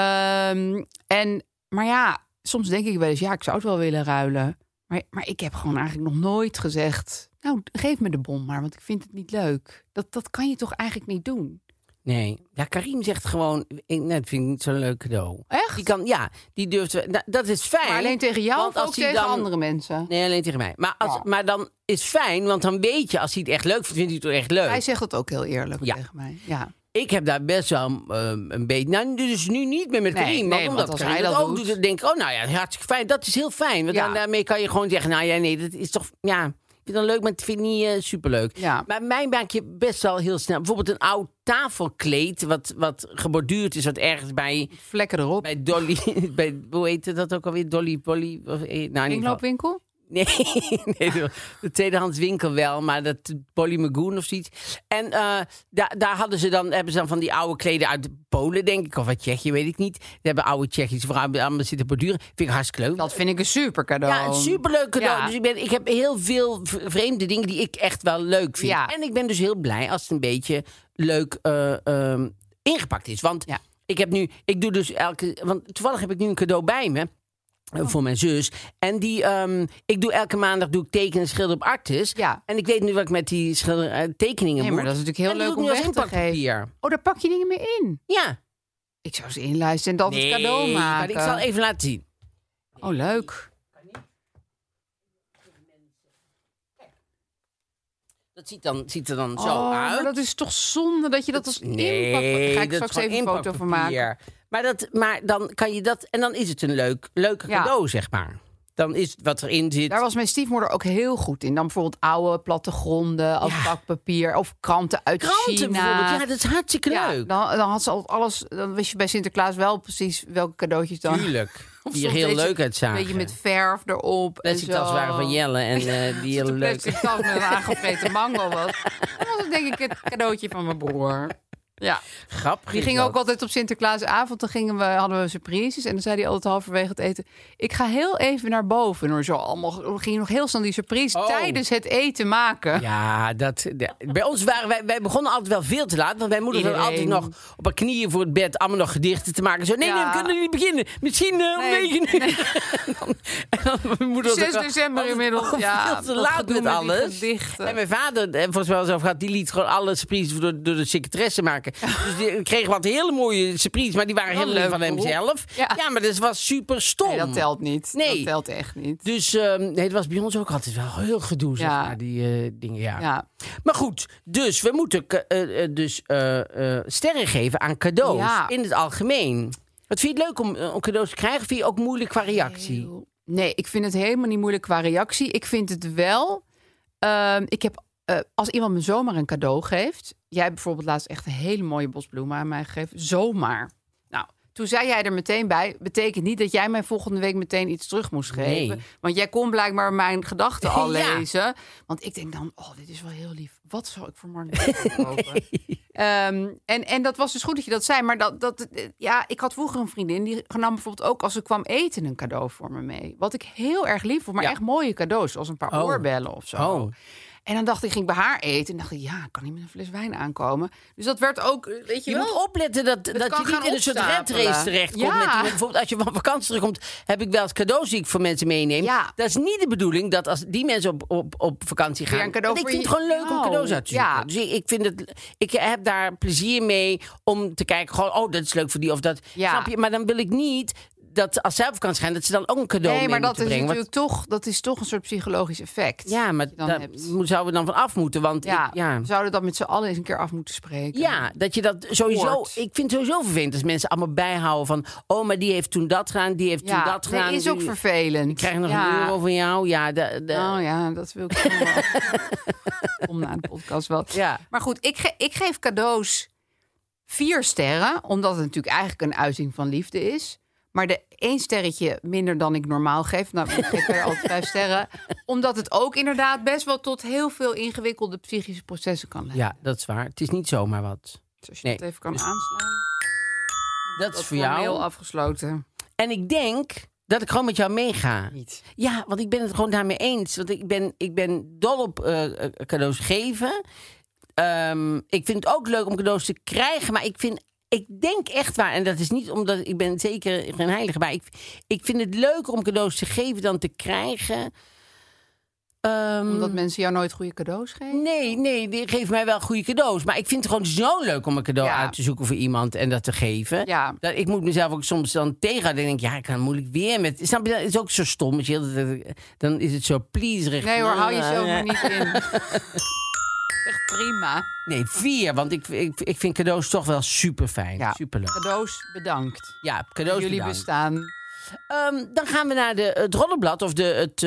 Maar ja, soms denk ik wel eens, ik zou het wel willen ruilen. Maar ik heb gewoon eigenlijk nog nooit gezegd, nou, geef me de bon maar, want ik vind het niet leuk. Dat kan je toch eigenlijk niet doen? Nee. Ja, Karim zegt gewoon, dat vind ik niet zo'n leuk cadeau. Echt? Die durft, dat is fijn. Maar alleen tegen jou of ook tegen andere mensen? Nee, alleen tegen mij. Maar dan is fijn, want dan weet je, als hij het echt leuk vindt, vindt hij het toch echt leuk. Hij zegt het ook heel eerlijk tegen mij. Ja. Ik heb daar best wel een beetje... Nou, dus nu niet meer met Karim. Nee, omdat als Karim hij dat dat ook doet, dan denk ik, hartstikke fijn. Dat is heel fijn. Want daarmee kan je gewoon zeggen, dat is toch... Ja, ik vind het leuk, maar het vind ik niet superleuk. Ja. Maar mij maak je best wel heel snel. Bijvoorbeeld een oud tafelkleed, wat geborduurd is, wat ergens bij... Vlekken erop. Bij Dolly... hoe heet dat ook alweer? Dolly... Kringloopwinkel? Nee, de tweedehands winkel wel, maar dat Polly Magoon of zoiets. En daar hebben ze dan van die oude kleden uit Polen, denk ik, of uit Tsjechië, weet ik niet. Ze hebben oude Tsjechische vrouwen allemaal zitten borduren. Vind ik hartstikke leuk. Dat vind ik een super cadeau. Ja, een superleuk cadeau. Ja. Dus ik heb heel veel vreemde dingen die ik echt wel leuk vind. Ja. En ik ben dus heel blij als het een beetje leuk ingepakt is. Want ik doe dus want toevallig heb ik nu een cadeau bij me. Voor mijn zus. En ik doe elke maandag tekenen en schilderen op Artis. Ja. En ik weet nu wat ik met die tekeningen moet. Maar dat is natuurlijk heel leuk om weg te geven. Oh, daar pak je dingen mee in? Ja. Ik zou ze inlijsten en dat het cadeau maken. Maar ik zal even laten zien. Oh, leuk. Dat ziet er dan zo uit. Maar dat is toch zonde dat je dat als inpak... Daar ga ik straks even een foto van maken. Maar dan kan je dat... En dan is het een leuk cadeau, zeg maar. Dan is het wat erin zit... Daar was mijn stiefmoeder ook heel goed in. Dan bijvoorbeeld oude plattegronden als bakpapier of kranten uit China. Bijvoorbeeld. Ja, dat is hartstikke leuk. Dan had ze altijd alles... Dan wist je bij Sinterklaas wel precies welke cadeautjes dan... Tuurlijk. Die er heel leuk uitzagen. Een beetje met verf erop. Plastic tas waren van Jelle en die heel leuk. Plastic tas met een aangevreten mango was. Dat was denk ik het cadeautje van mijn broer. Ja. Grappig. Die ging ook altijd op Sinterklaasavond. Dan hadden we surprises. En dan zei hij altijd halverwege het eten... ik ga heel even naar boven. En zo allemaal ging nog heel snel die surprise tijdens het eten maken. Ja, bij ons wij begonnen altijd wel veel te laat. Want wij moeder zat altijd nog op haar knieën voor het bed... allemaal nog gedichten te maken. Zo, nee, we kunnen niet beginnen. Misschien om 9 uur. En dan mijn moeder 6 december inmiddels. Ja, veel te laat met alles. En mijn vader, volgens mij zelf gehad... die liet gewoon alle surprises door de secretaresse maken. Dus die kregen wat hele mooie surprises, maar die waren heel leuk van hemzelf. Ja, maar dat was super stom. Nee, dat telt niet. Nee. Dat telt echt niet. Dus het was bij ons ook altijd wel heel gedoe, zeg maar, die dingen. Ja. Maar goed, dus we moeten sterren geven aan cadeaus in het algemeen. Wat vind je het leuk om cadeaus te krijgen? Vind je ook moeilijk qua reactie? Nee, ik vind het helemaal niet moeilijk qua reactie. Ik vind het wel... als iemand me zomaar een cadeau geeft... Jij hebt bijvoorbeeld laatst echt een hele mooie bosbloemen aan mij gegeven. Zomaar. Nou, toen zei jij er meteen bij... betekent niet dat jij mij volgende week meteen iets terug moest geven. Nee. Want jij kon blijkbaar mijn gedachten al lezen. Want ik denk dan, dit is wel heel lief. Wat zal ik voor Marnix kopen? En dat was dus goed dat je dat zei. Maar ik had vroeger een vriendin... die nam bijvoorbeeld ook als ze kwam eten een cadeau voor me mee. Wat ik heel erg lief vond. Maar echt mooie cadeaus. Zoals een paar oorbellen of zo. Oh. En dan dacht ik, ging bij haar eten. En dacht ik, ik kan niet met een fles wijn aankomen. Dus dat werd ook, weet je wel... moet opletten dat je niet in een soort redrace terechtkomt. Ja. Bijvoorbeeld als je van vakantie terugkomt... heb ik wel eens cadeaus die ik voor mensen meeneem. Ja. Dat is niet de bedoeling dat als die mensen op vakantie gaan... een cadeau ik vind het gewoon leuk om cadeaus uit te zoeken. Ja. Dus ik heb daar plezier mee om te kijken... gewoon, dat is leuk voor die of dat. Ja. Snap je? Maar dan wil ik niet... dat als zij op vakantie gaan, dat ze dan ook een cadeau mee moeten brengen. Nee, maar dat is toch een soort psychologisch effect. Ja, maar daar zouden we dan van af moeten. Want we zouden dat met z'n allen eens een keer af moeten spreken. Ja, dat je dat sowieso... Ik vind het sowieso vervelend als mensen allemaal bijhouden van... maar die heeft toen dat gedaan, die heeft toen dat gedaan. Dat is ook vervelend. Ik krijg nog €1 van jou. Ja, dat wil ik wel. Kom na de podcast wel. Ja. Maar goed, ik geef cadeaus 4 sterren. Omdat het natuurlijk eigenlijk een uiting van liefde is. Maar 1 sterretje minder dan ik normaal geef. Nou, ik geef er altijd 5 sterren. Omdat het ook inderdaad best wel tot heel veel ingewikkelde psychische processen kan leiden. Ja, dat is waar. Het is niet zomaar wat. Dus als je dat even kan aanslaan. Dat is voor jou. Heel afgesloten. En ik denk dat ik gewoon met jou meega. Niet. Ja, want ik ben het gewoon daarmee eens. Want ik ben dol op cadeaus geven. Ik vind het ook leuk om cadeaus te krijgen. Maar ik denk echt waar, en dat is niet omdat ik ben zeker geen heilige, maar ik vind het leuker om cadeaus te geven dan te krijgen. Omdat mensen jou nooit goede cadeaus geven? Nee, die geven mij wel goede cadeaus. Maar ik vind het gewoon zo leuk om een cadeau uit te zoeken voor iemand en dat te geven. Ja. Dat ik moet mezelf ook soms dan tegenhouden. En denk ik kan moeilijk weer met... Snap je, dat is ook zo stom. Dan is het zo pleaserig. Nee hoor, hou jezelf maar niet in. Echt prima. Nee, 4, want ik vind cadeaus toch wel super fijn. Ja. Superleuk. Cadeaus bedankt. Ja, cadeaus jullie bedankt. Bestaan. Dan gaan we naar het Roddelblad of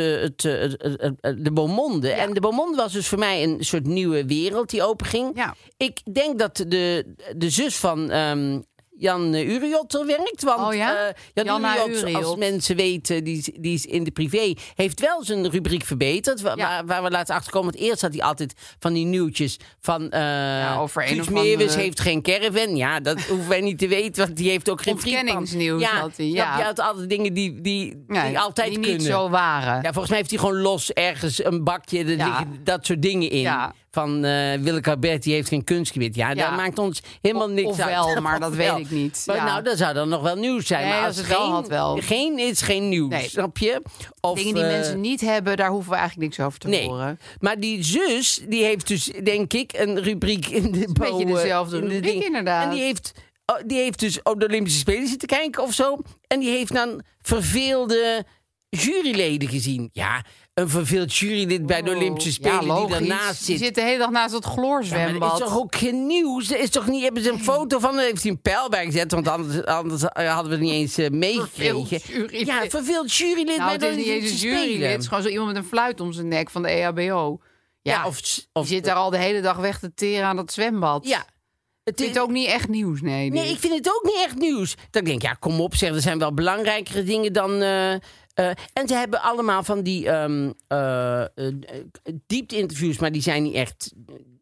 de Beaumonde. Ja. En de Beaumonde was dus voor mij een soort nieuwe wereld die openging. Ja. Ik denk dat de zus van Jan Uriot er werkt. Want Jan Uriot, als mensen weten, die is in de privé, heeft wel zijn rubriek verbeterd. Waar we laatst achter komen. Want eerst had hij altijd van die nieuwtjes van Guus Meeuwis heeft geen caravan. Ja, dat hoeven wij niet te weten, want die heeft ook geen ontkenningsnieuws. Had hij. Ja. Die had altijd dingen die altijd die kunnen. Niet zo waren. Ja, volgens mij heeft hij gewoon los ergens een bakje. Er liggen dat soort dingen in. Ja. Van Willeke Albert, die heeft geen kunstgebied. Ja, dat maakt ons helemaal niks uit. Ofwel, maar dat weet ik niet. Maar nou, dat zou dan nog wel nieuws zijn. Nee, maar als het wel had wel. Geen is geen nieuws, snap je? Of dingen die mensen niet hebben, daar hoeven we eigenlijk niks over te horen. Maar die zus, die heeft dus, denk ik, een rubriek in de Een beetje dezelfde rubriek, inderdaad. En die heeft dus op de Olympische Spelen zitten kijken of zo. En die heeft dan verveelde juryleden gezien. Ja, een verveeld jurylid bij de Olympische Spelen die daarnaast zit. Die zit de hele dag naast het chloorzwembad. Dat is toch ook geen nieuws? Er is toch niet, hebben ze een foto van, heeft hij een pijl bij gezet, want anders hadden we het niet eens meegekregen. Verveeld jurylid bij de Olympische Spelen. Het is niet eens een jurylid, het is gewoon zo iemand met een fluit om zijn nek van de EHBO. Ja, of die zit daar al de hele dag weg te teren aan dat zwembad. Ja. Ik vind het ook niet echt nieuws, nee. Nee, ik vind het ook niet echt nieuws. Dan denk ik, kom op, zeg, er zijn wel belangrijkere dingen dan... en ze hebben allemaal van die diepte-interviews, maar die zijn niet echt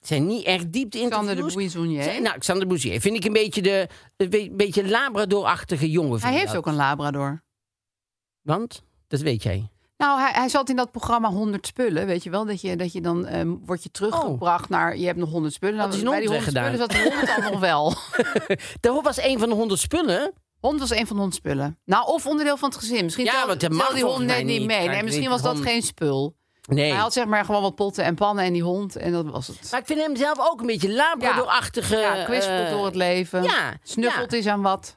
zijn niet echt diepte-interviews. Xander de Buissonnier. Xander de Buissonnier vind ik een beetje Labrador-achtige jongen. Hij heeft ook een Labrador. Want? Dat weet jij. Nou, hij zat in dat programma 100 spullen, weet je wel? Dat je dan wordt je teruggebracht naar... Je hebt nog 100 spullen. Wat is een bij die 100 spullen zat die hond dan nog wel. Dat was een van de 100 spullen. Hond was een van de 100 spullen. Nou, of onderdeel van het gezin. Misschien want de mag die hond net niet mee. Nee, misschien was dat geen spul. Nee. Hij had zeg maar gewoon wat potten en pannen en die hond. En dat was het. Maar ik vind hem zelf ook een beetje Labrador-achtige... Ja, kwispelt door het leven. Ja, Snuffelt is aan wat.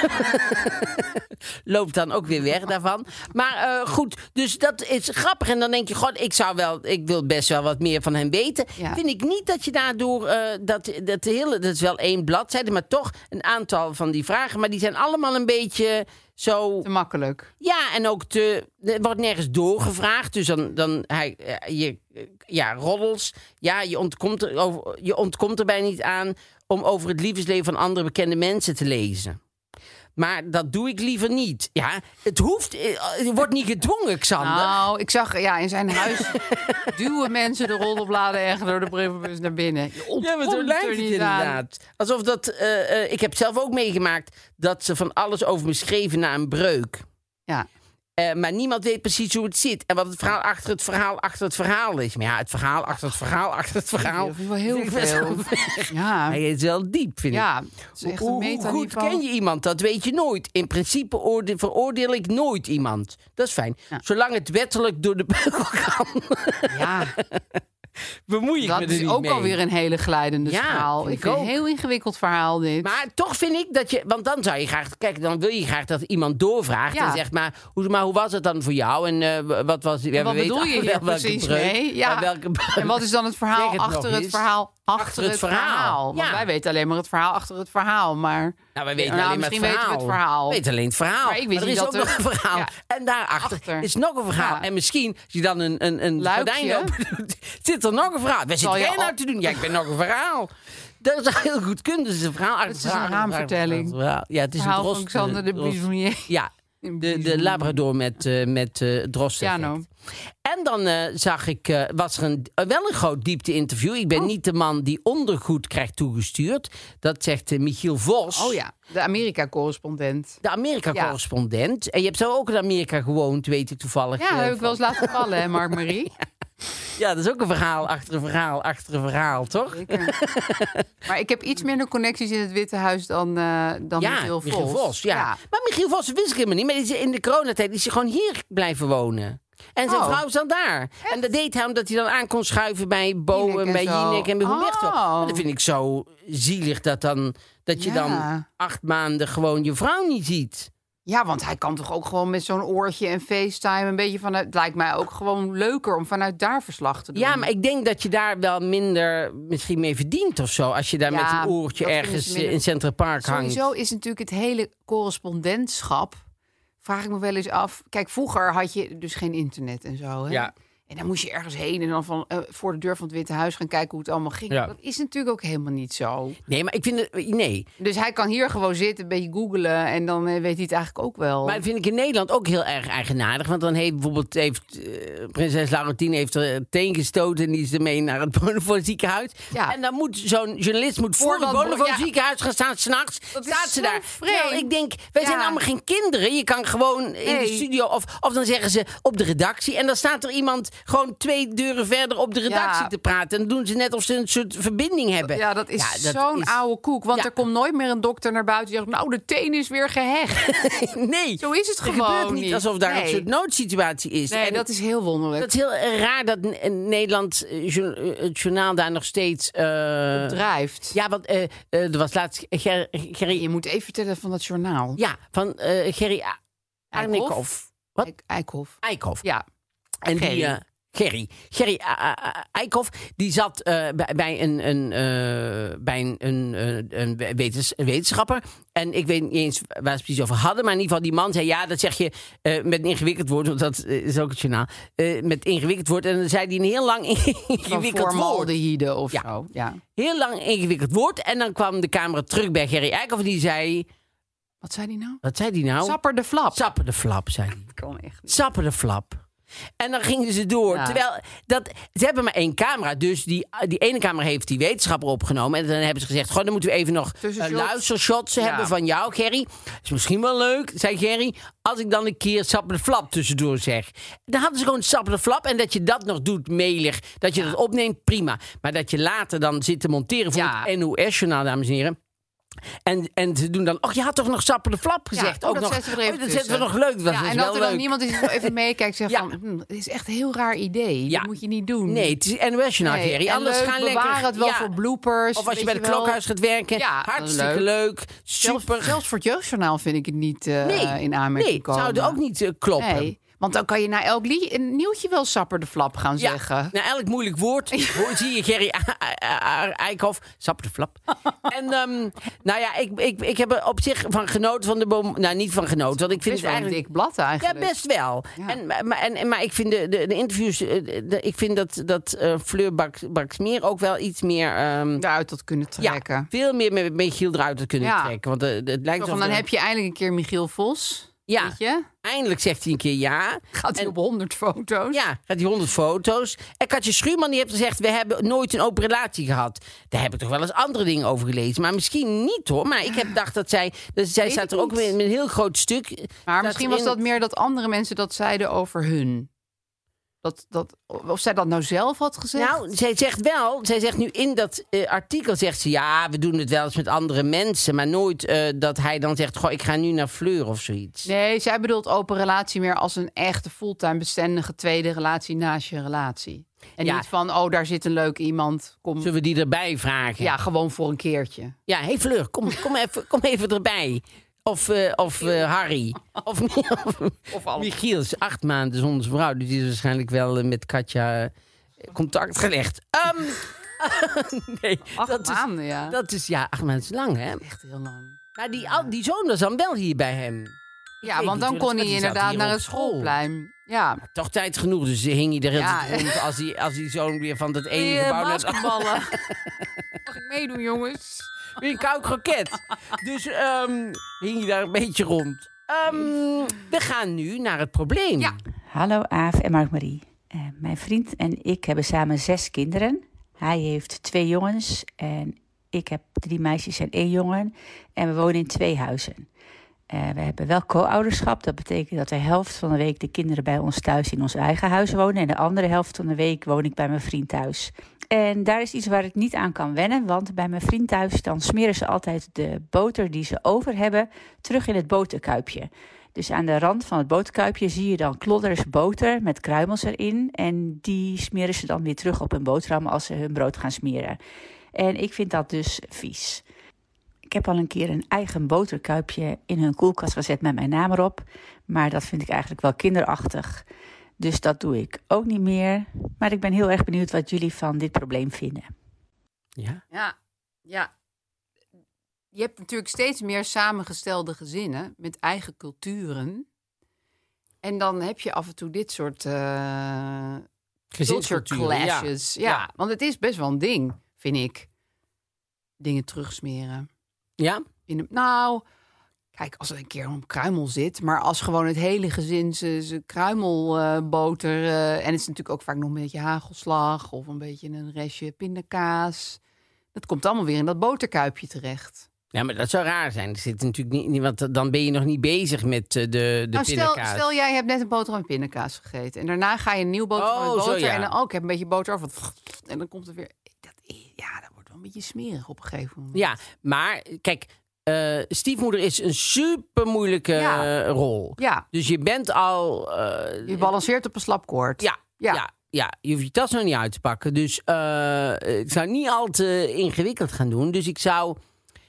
Loopt dan ook weer weg daarvan. Maar goed, dus dat is grappig. En dan denk je, god, ik wil best wel wat meer van hem weten. Ja. Vind ik niet dat je daardoor... dat is wel 1 bladzijde, maar toch een aantal van die vragen. Maar die zijn allemaal een beetje zo... Te makkelijk. Ja, en ook er wordt nergens doorgevraagd. Dus roddels. Ja, je ontkomt erbij niet aan om over het liefdesleven van andere bekende mensen te lezen. Maar dat doe ik liever niet. Ja, het hoeft. Je wordt niet gedwongen, Xander. Nou, ik zag in zijn huis duwen mensen de roddelbladen echt door de brievenbus naar binnen. Ja, maar zo lijkt het inderdaad. Alsof dat... ik heb zelf ook meegemaakt dat ze van alles over me schreven na een breuk. Ja. Maar niemand weet precies hoe het zit. En wat het verhaal achter het verhaal is. Maar ja, het verhaal achter het verhaal achter het verhaal. Dat vind ik wel heel veel. Ja. Hij is wel diep, vind ik. Ja, het is echt een Hoe goed ken je iemand? Dat weet je nooit. In principe veroordeel ik nooit iemand. Dat is fijn. Ja. Zolang het wettelijk door de beugel kan. Ja. Bemoei ik me er niet mee. Dat is ook alweer een hele glijdende schaal. Ik vind het een heel ingewikkeld verhaal dit. Maar toch vind ik dat je... Want dan zou je graag... Kijk, dan wil je graag dat iemand doorvraagt. En zegt, maar hoe was het dan voor jou? En wat was... En wat bedoel je hier precies mee? Ja. En wat is dan het verhaal achter het verhaal? Achter het verhaal. Want wij weten alleen maar het verhaal achter het verhaal. Maar wij weten alleen maar het verhaal. Weten we het verhaal. We weten alleen het verhaal. Maar ik weet er is ook nog een verhaal. Ja. En daarachter is nog een verhaal. Ja. En misschien, als je dan een gordijn open doet, zit er nog een verhaal. Waar zit jij nou te doen? Ja, ik ben nog een verhaal. Dat zou heel goed kunnen. Dus een verhaal achter het verhaal. Het is een raamvertelling. Ja, het is verhaal een drost. Van Xander de Buissonnier. Ja. De Labrador met drosteffect. En dan zag ik, was er wel een groot diepte-interview. Ik ben niet de man die ondergoed krijgt toegestuurd. Dat zegt Michiel Vos. Oh ja, de Amerika-correspondent. De Amerika-correspondent. Ja. En je hebt zo ook in Amerika gewoond, weet ik toevallig. Ja, dat heb ik wel eens laten vallen, hè, Mark-Marie? Ja, dat is ook een verhaal achter een verhaal achter een verhaal, toch? Zeker. Maar ik heb iets minder connecties in het Witte Huis dan Michiel Vos. Ja. Maar Michiel Vos wist ik helemaal niet. Maar in de coronatijd is hij gewoon hier blijven wonen. En zijn vrouw zat daar. Echt? En dat deed hij omdat hij dan aan kon schuiven bij Bo en bij Jinek en bij Humberto. Dat vind ik zo zielig dat je dan 8 maanden gewoon je vrouw niet ziet. Ja, want hij kan toch ook gewoon met zo'n oortje en FaceTime een beetje vanuit... Het lijkt mij ook gewoon leuker om vanuit daar verslag te doen. Ja, maar ik denk dat je daar wel minder misschien mee verdient of zo. Als je daar met een oortje ergens in Central Park hangt. Sowieso is natuurlijk het hele correspondentschap... Vraag ik me wel eens af. Kijk, vroeger had je dus geen internet en zo. Hè? Ja. En dan moest je ergens heen en dan voor de deur van het Witte Huis gaan kijken hoe het allemaal ging. Ja. Dat is natuurlijk ook helemaal niet zo. Nee, maar ik vind het... Nee. Dus hij kan hier gewoon zitten, een beetje googlen en dan weet hij het eigenlijk ook wel. Maar dat vind ik in Nederland ook heel erg eigenaardig. Want dan heeft prinses Laurentien heeft er teen gestoten en die is ermee naar het Bonnefoy ziekenhuis. Ja. En dan moet zo'n journalist voor het Bonnefoy ziekenhuis gaan staan 's nachts. Staat ze daar. Terwijl ik denk, wij zijn allemaal geen kinderen. Je kan gewoon in de studio of dan zeggen ze op de redactie en dan staat er iemand gewoon 2 deuren verder op de redactie te praten. En dan doen ze net of ze een soort verbinding hebben. Ja, dat is zo'n oude koek. Want er komt nooit meer een dokter naar buiten die zegt, nou, de teen is weer gehecht. Nee. Zo is het gewoon gebeurt niet. Alsof daar een soort noodsituatie is. Nee, en dat is heel wonderlijk. Dat is heel raar dat Nederland het journaal daar nog steeds... drijft. Ja, want er was laatst... Gerry, je moet even vertellen van dat journaal. Ja, van Gerry Eikhoff. Wat? Eikhoff. Ja. En Gerry Eikhoff, die zat bij een wetenschapper. En ik weet niet eens waar ze precies over hadden. Maar in ieder geval, die man zei, ja, dat zeg je met een ingewikkeld woord. Want dat is ook het journaal. Met ingewikkeld woord. En dan zei hij een heel lang ingewikkeld woord. Formaldehyde of zo. Ja. Heel lang ingewikkeld woord. En dan kwam de camera terug bij Gerry Eikhoff. En die zei... Wat zei hij nou? Wat zei hij nou? Sapper de flap. Sapper de flap, zei hij. Dat kan echt niet. Sapper de flap. En dan gingen ze door. Ja. Terwijl, ze hebben maar 1 camera. Dus die ene camera heeft die wetenschapper opgenomen. En dan hebben ze gezegd, dan moeten we even nog luistershots hebben van jou, Gerry. Is misschien wel leuk, zei Gerry, als ik dan een keer Sapper de Flap tussendoor zeg. Dan hadden ze gewoon Sapper de Flap. En dat je dat nog doet, melig, dat je dat opneemt, prima. Maar dat je later dan zit te monteren voor het NOS-journaal, dames en heren. En ze doen dan, je had toch nog Sapper de Flap gezegd? Ja, dat zetten we nog leuk. Dat en dat er dan niemand is die even meekijkt en zegt van, het is echt een heel raar idee. Dat moet je niet doen. Nee, het is NOS-journaal, Gerry. Anders gaan bewaar het wel voor bloopers. Of als je bij de klokhuis gaat werken. Hartstikke leuk. Super. Zelfs voor het jeugdjournaal vind ik het niet in aanmerking komen. Nee, zou er ook niet kloppen. Nee. Want dan kan je na elk een nieuwtje wel Sapper de Flap gaan zeggen. Na elk moeilijk woord zie je Gerry Eikhoff, Sapper de Flap. En ik heb er op zich van genoten van de boom. Nou, niet van genoten, want ik vind best het eigenlijk een dik blad eigenlijk. Ja, best wel. Ja. Maar ik vind de interviews, ik vind dat Fleur Baksmeer ook wel iets meer daaruit had kunnen trekken. Ja, veel meer met Michiel eruit had kunnen trekken. Want het lijkt dan heb je eindelijk een keer Michiel Vos. Ja, weet je? Eindelijk zegt hij een keer ja. Gaat hij op 100 foto's? Ja, gaat hij 100 foto's. En Katja Schuurman die heeft gezegd, we hebben nooit een open relatie gehad. Daar heb ik toch wel eens andere dingen over gelezen. Maar misschien niet hoor. Maar ik heb gedacht dat zij staat er ook met een heel groot stuk. Maar misschien was dat meer dat andere mensen dat zeiden over hun. Of zij dat nou zelf had gezegd? Nou, zij zegt nu in dat artikel, zegt ze, ja, we doen het wel eens met andere mensen, maar nooit dat hij dan zegt, ik ga nu naar Fleur of zoiets. Nee, zij bedoelt open relatie meer als een echte fulltime bestendige tweede relatie naast je relatie. En niet van, daar zit een leuk iemand. Zullen we die erbij vragen? Ja, gewoon voor een keertje. Ja, hey Fleur, kom even erbij. Of Harry. Of Michiel is 8 maanden zonder zijn vrouw. Dus die is waarschijnlijk wel met Katja contact gelegd. Nee, 8 maanden, ja. Dat is 8 maanden is lang, hè? Echt heel lang. Maar die zoon was dan wel hier bij hem. Want dan kon hij inderdaad naar het schoolplein. Ja. Maar toch tijd genoeg, dus hing hij er heel rond als die zoon weer van dat ene gebouw... basketballen. Mag ik meedoen, jongens? Weer een koud kroket. Dus hing je daar een beetje rond. We gaan nu naar het probleem. Ja. Hallo Aaf en Mark-Marie. Mijn vriend en ik hebben samen 6 kinderen. Hij heeft 2 jongens en ik heb 3 meisjes en 1 jongen. En we wonen in 2 huizen. We hebben wel co-ouderschap. Dat betekent dat de helft van de week de kinderen bij ons thuis in ons eigen huis wonen. En de andere helft van de week woon ik bij mijn vriend thuis. En daar is iets waar ik niet aan kan wennen. Want bij mijn vriend thuis dan smeren ze altijd de boter die ze over hebben terug in het boterkuipje. Dus aan de rand van het boterkuipje zie je dan klodders boter met kruimels erin. En die smeren ze dan weer terug op hun boterham als ze hun brood gaan smeren. En ik vind dat dus vies. Ik heb al een keer een eigen boterkuipje in hun koelkast gezet met mijn naam erop. Maar dat vind ik eigenlijk wel kinderachtig. Dus dat doe ik ook niet meer. Maar ik ben heel erg benieuwd wat jullie van dit probleem vinden. Ja. Je hebt natuurlijk steeds meer samengestelde gezinnen met eigen culturen. En dan heb je af en toe dit soort culture clashes. Ja, want het is best wel een ding, vind ik. Dingen terugsmeren. Ja? Kijk, als er een keer een kruimel zit, maar als gewoon het hele gezin zijn kruimelboter... en het is natuurlijk ook vaak nog een beetje hagelslag of een beetje een restje pindakaas. Dat komt allemaal weer in dat boterkuipje terecht. Ja, maar dat zou raar zijn. Er zit natuurlijk niet, want dan ben je nog niet bezig met de pindakaas. Stel, jij hebt net een boterham met pindakaas gegeten. En daarna ga je een nieuw boterham met boter. En dan, ik heb een beetje boter over. En dan komt er weer... dat wordt wel een beetje smerig op een gegeven moment. Ja, maar kijk... stiefmoeder is een super moeilijke rol. Ja. Dus je bent al... je balanceert op een slapkoord. Ja, je hoeft je tas nog niet uit te pakken. Dus ik zou niet al te ingewikkeld gaan doen. Dus ik zou...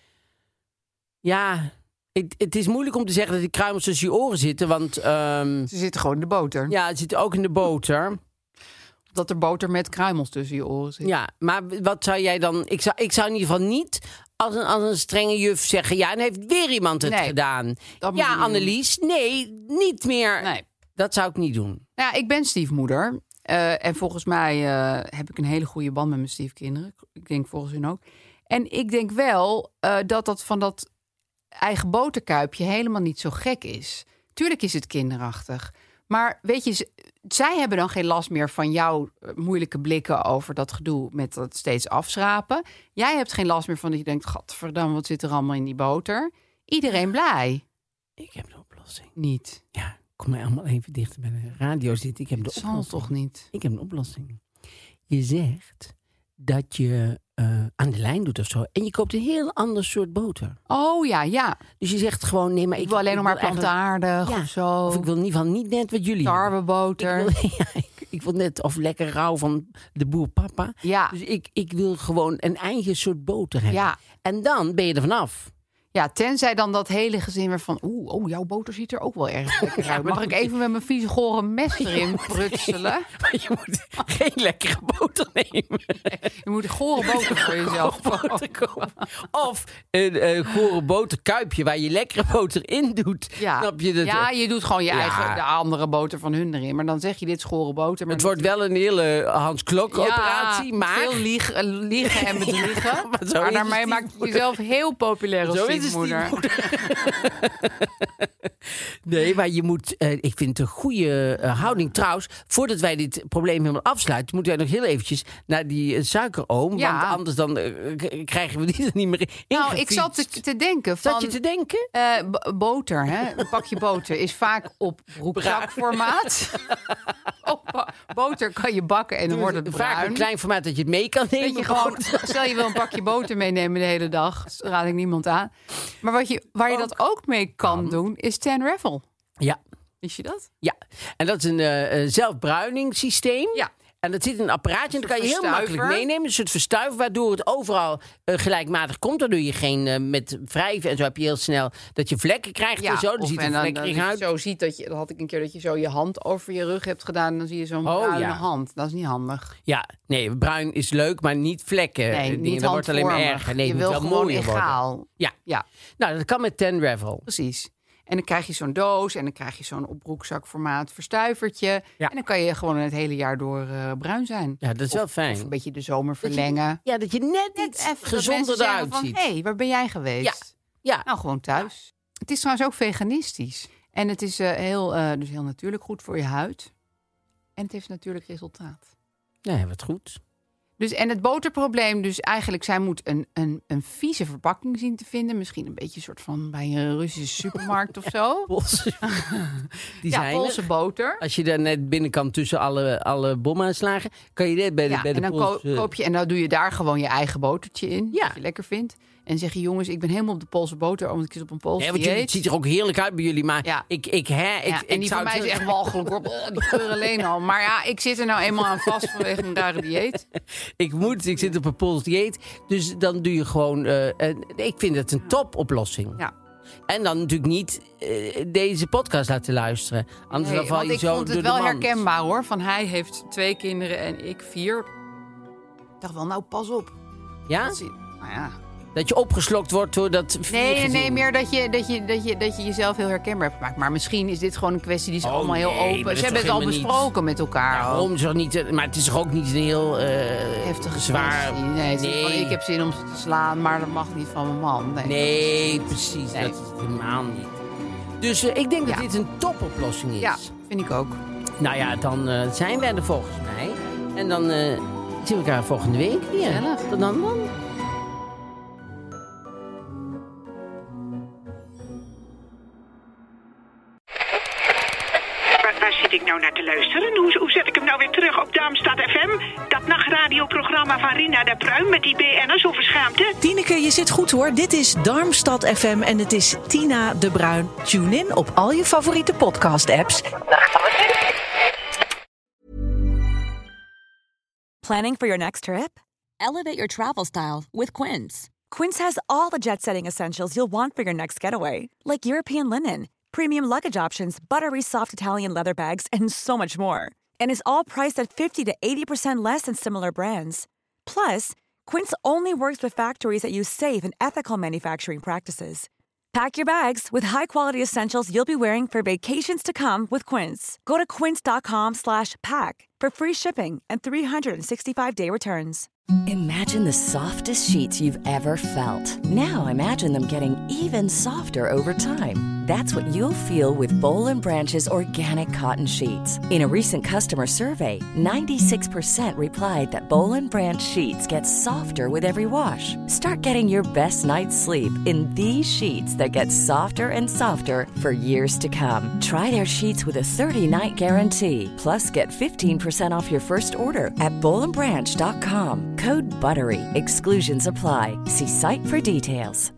Ja, het is moeilijk om te zeggen dat die kruimels tussen je oren zitten, want... ze zitten gewoon in de boter. Ja, ze zitten ook in de boter. Dat er boter met kruimels tussen je oren zit. Ja, maar wat zou jij dan... Ik zou in ieder geval niet als een strenge juf zeggen... Ja, en heeft weer iemand het gedaan. Ja, Annelies, nee, niet meer. Nee. Dat zou ik niet doen. Ja, ik ben stiefmoeder. En volgens mij heb ik een hele goede band met mijn stiefkinderen. Ik denk volgens hun ook. En ik denk wel dat van dat eigen boterkuipje helemaal niet zo gek is. Tuurlijk is het kinderachtig. Maar weet je, zij hebben dan geen last meer van jouw moeilijke blikken over dat gedoe met dat steeds afschrapen. Jij hebt geen last meer van dat je denkt, gadverdamme, wat zit er allemaal in die boter? Iedereen blij. Ik heb de oplossing. Niet. Ja, kom maar allemaal even dichter bij de radio zitten. Ik heb de oplossing. Zal toch niet? Ik heb een oplossing. Je zegt dat je aan de lijn doet of zo. En je koopt een heel ander soort boter. Oh ja. Dus je zegt gewoon, nee, maar Ik wil alleen nog maar wil plantaardig of zo. Of ik wil in ieder geval niet net wat jullie tarweboter. Ik wil net of lekker rauw van de boer papa. Ja. Dus ik wil gewoon een eigen soort boter hebben. Ja. En dan ben je er vanaf. Ja, tenzij dan dat hele gezin weer van... jouw boter ziet er ook wel erg lekker uit. Mag ik even met mijn vieze gore mes erin prutselen? Maar je moet geen lekkere boter nemen. Je moet een gore boter voor jezelf kopen. Of een gore boterkuipje waar je lekkere boter in doet. Ja. Snap je dat? Ja, je doet gewoon je eigen, de andere boter van hun erin. Maar dan zeg je, dit is gore boter. Maar het wordt wel een hele Hans Klok operatie. Maar veel liegen en bedriegen. maar daarmee maak je jezelf heel populair als stiefmoeder. Nee, maar je moet... ik vind het een goede houding. Trouwens, voordat wij dit probleem helemaal afsluiten... moeten wij nog heel eventjes naar die suikeroom. Ja. Want anders dan krijgen we die er niet meer in. Nou, ik zat te denken van... Zat je te denken? Boter, hè? Een pakje boter is vaak op broekzakformaat. Boter kan je bakken en dan wordt het bruin. Vaak een klein formaat dat je het mee kan nemen. Dat je gewoon, stel je wil een pakje boter meenemen de hele dag. Dat raad ik niemand aan. Maar waar je dat ook mee kan doen, is Ten Raffle. Ja. Wist je dat? Ja. En dat is een zelfbruiningssysteem. Ja. En dat zit in een apparaatje en dat kan je heel makkelijk meenemen. Een soort verstuiver, waardoor het overal gelijkmatig komt. Waardoor je geen met wrijven en zo heb je heel snel dat je vlekken krijgt en zo. Dan ziet het vlekkerig uit. Zo ziet dat had ik een keer dat je zo je hand over je rug hebt gedaan en dan zie je zo'n bruine hand. Dat is niet handig. Ja, nee, bruin is leuk, maar niet vlekken. Nee, niet dat wordt alleen maar erger. Nee, je het wil moet wel gewoon mooier egaal. Worden. Ja. Nou, dat kan met Ten Raffle. Precies. En dan krijg je zo'n doos en dan krijg je zo'n op broekzakformaat verstuivertje. Ja. En dan kan je gewoon het hele jaar door bruin zijn. Ja, dat is wel fijn. Of een beetje de zomer verlengen. Dat je net iets gezonder eruit ziet. Hé, waar ben jij geweest? Ja. Nou, gewoon thuis. Ja. Het is trouwens ook veganistisch. En het is heel natuurlijk goed voor je huid. En het heeft natuurlijk resultaat. Ja, wat goed. Dus, en het boterprobleem, dus eigenlijk, zij moet een vieze verpakking zien te vinden. Misschien een beetje soort van bij een Russische supermarkt of zo. Poolse boter. Als je daar net binnenkant tussen alle bomaanslagen, kan je dit bij de en dan Poolse... koop je en dan doe je daar gewoon je eigen botertje in, wat je lekker vindt. En zeg je, jongens, ik ben helemaal op de Poolse boter, omdat ik zit op een Poolse dieet. Het ziet er ook heerlijk uit bij jullie, maar en die van mij is echt walgelijk, hoor. Die geur alleen al. Maar ja, ik zit er nou eenmaal aan vast vanwege een rare dieet. Ik zit op een Pools dieet, dus dan doe je gewoon... ik vind het een topoplossing. Ja. En dan natuurlijk niet deze podcast laten luisteren. Anders dan val je zo door de mand. Ik vond het wel herkenbaar, hoor. Van hij heeft 2 kinderen en ik 4. Ik dacht wel, nou, pas op. Ja? Nou ja... Dat je opgeslokt wordt door dat vliegenzin. Nee, meer dat je jezelf heel herkenbaar hebt gemaakt. Maar misschien is dit gewoon een kwestie die is allemaal heel open. Ze hebben het al besproken met elkaar. Waarom is niet? Maar het is toch ook niet een heel heftige zwaar. Nee. Van, ik heb zin om ze te slaan, maar dat mag niet van mijn man. Nee, precies. Nee. Dat is helemaal niet. Dus ik denk dat dit een topoplossing is. Ja, vind ik ook. Nou ja, dan zijn wij er volgens mij. En dan zien we elkaar volgende week weer. Gezellig. Tot dan. Zit ik nou naar te luisteren? Hoe zet ik hem nou weer terug op Darmstad FM? Dat nachtradioprogramma van Rina de Pruim met die BN'ers over schaamte? Tineke, je zit goed hoor. Dit is Darmstad FM en het is Tina de Bruin. Tune in op al je favoriete podcast-apps. Planning for your next trip? Elevate your travel style with Quince. Quince has all the jet-setting essentials you'll want for your next getaway, like European linen, premium luggage options, buttery soft Italian leather bags, and so much more. And is all priced at 50 to 80% less than similar brands. Plus, Quince only works with factories that use safe and ethical manufacturing practices. Pack your bags with high-quality essentials you'll be wearing for vacations to come with Quince. Go to quince.com/pack for free shipping and 365-day returns. Imagine the softest sheets you've ever felt. Now imagine them getting even softer over time. That's what you'll feel with Boll & Branch's organic cotton sheets. In a recent customer survey, 96% replied that Boll & Branch sheets get softer with every wash. Start getting your best night's sleep in these sheets that get softer and softer for years to come. Try their sheets with a 30-night guarantee. Plus, get 15% off your first order at bollandbranch.com. Code BUTTERY. Exclusions apply. See site for details.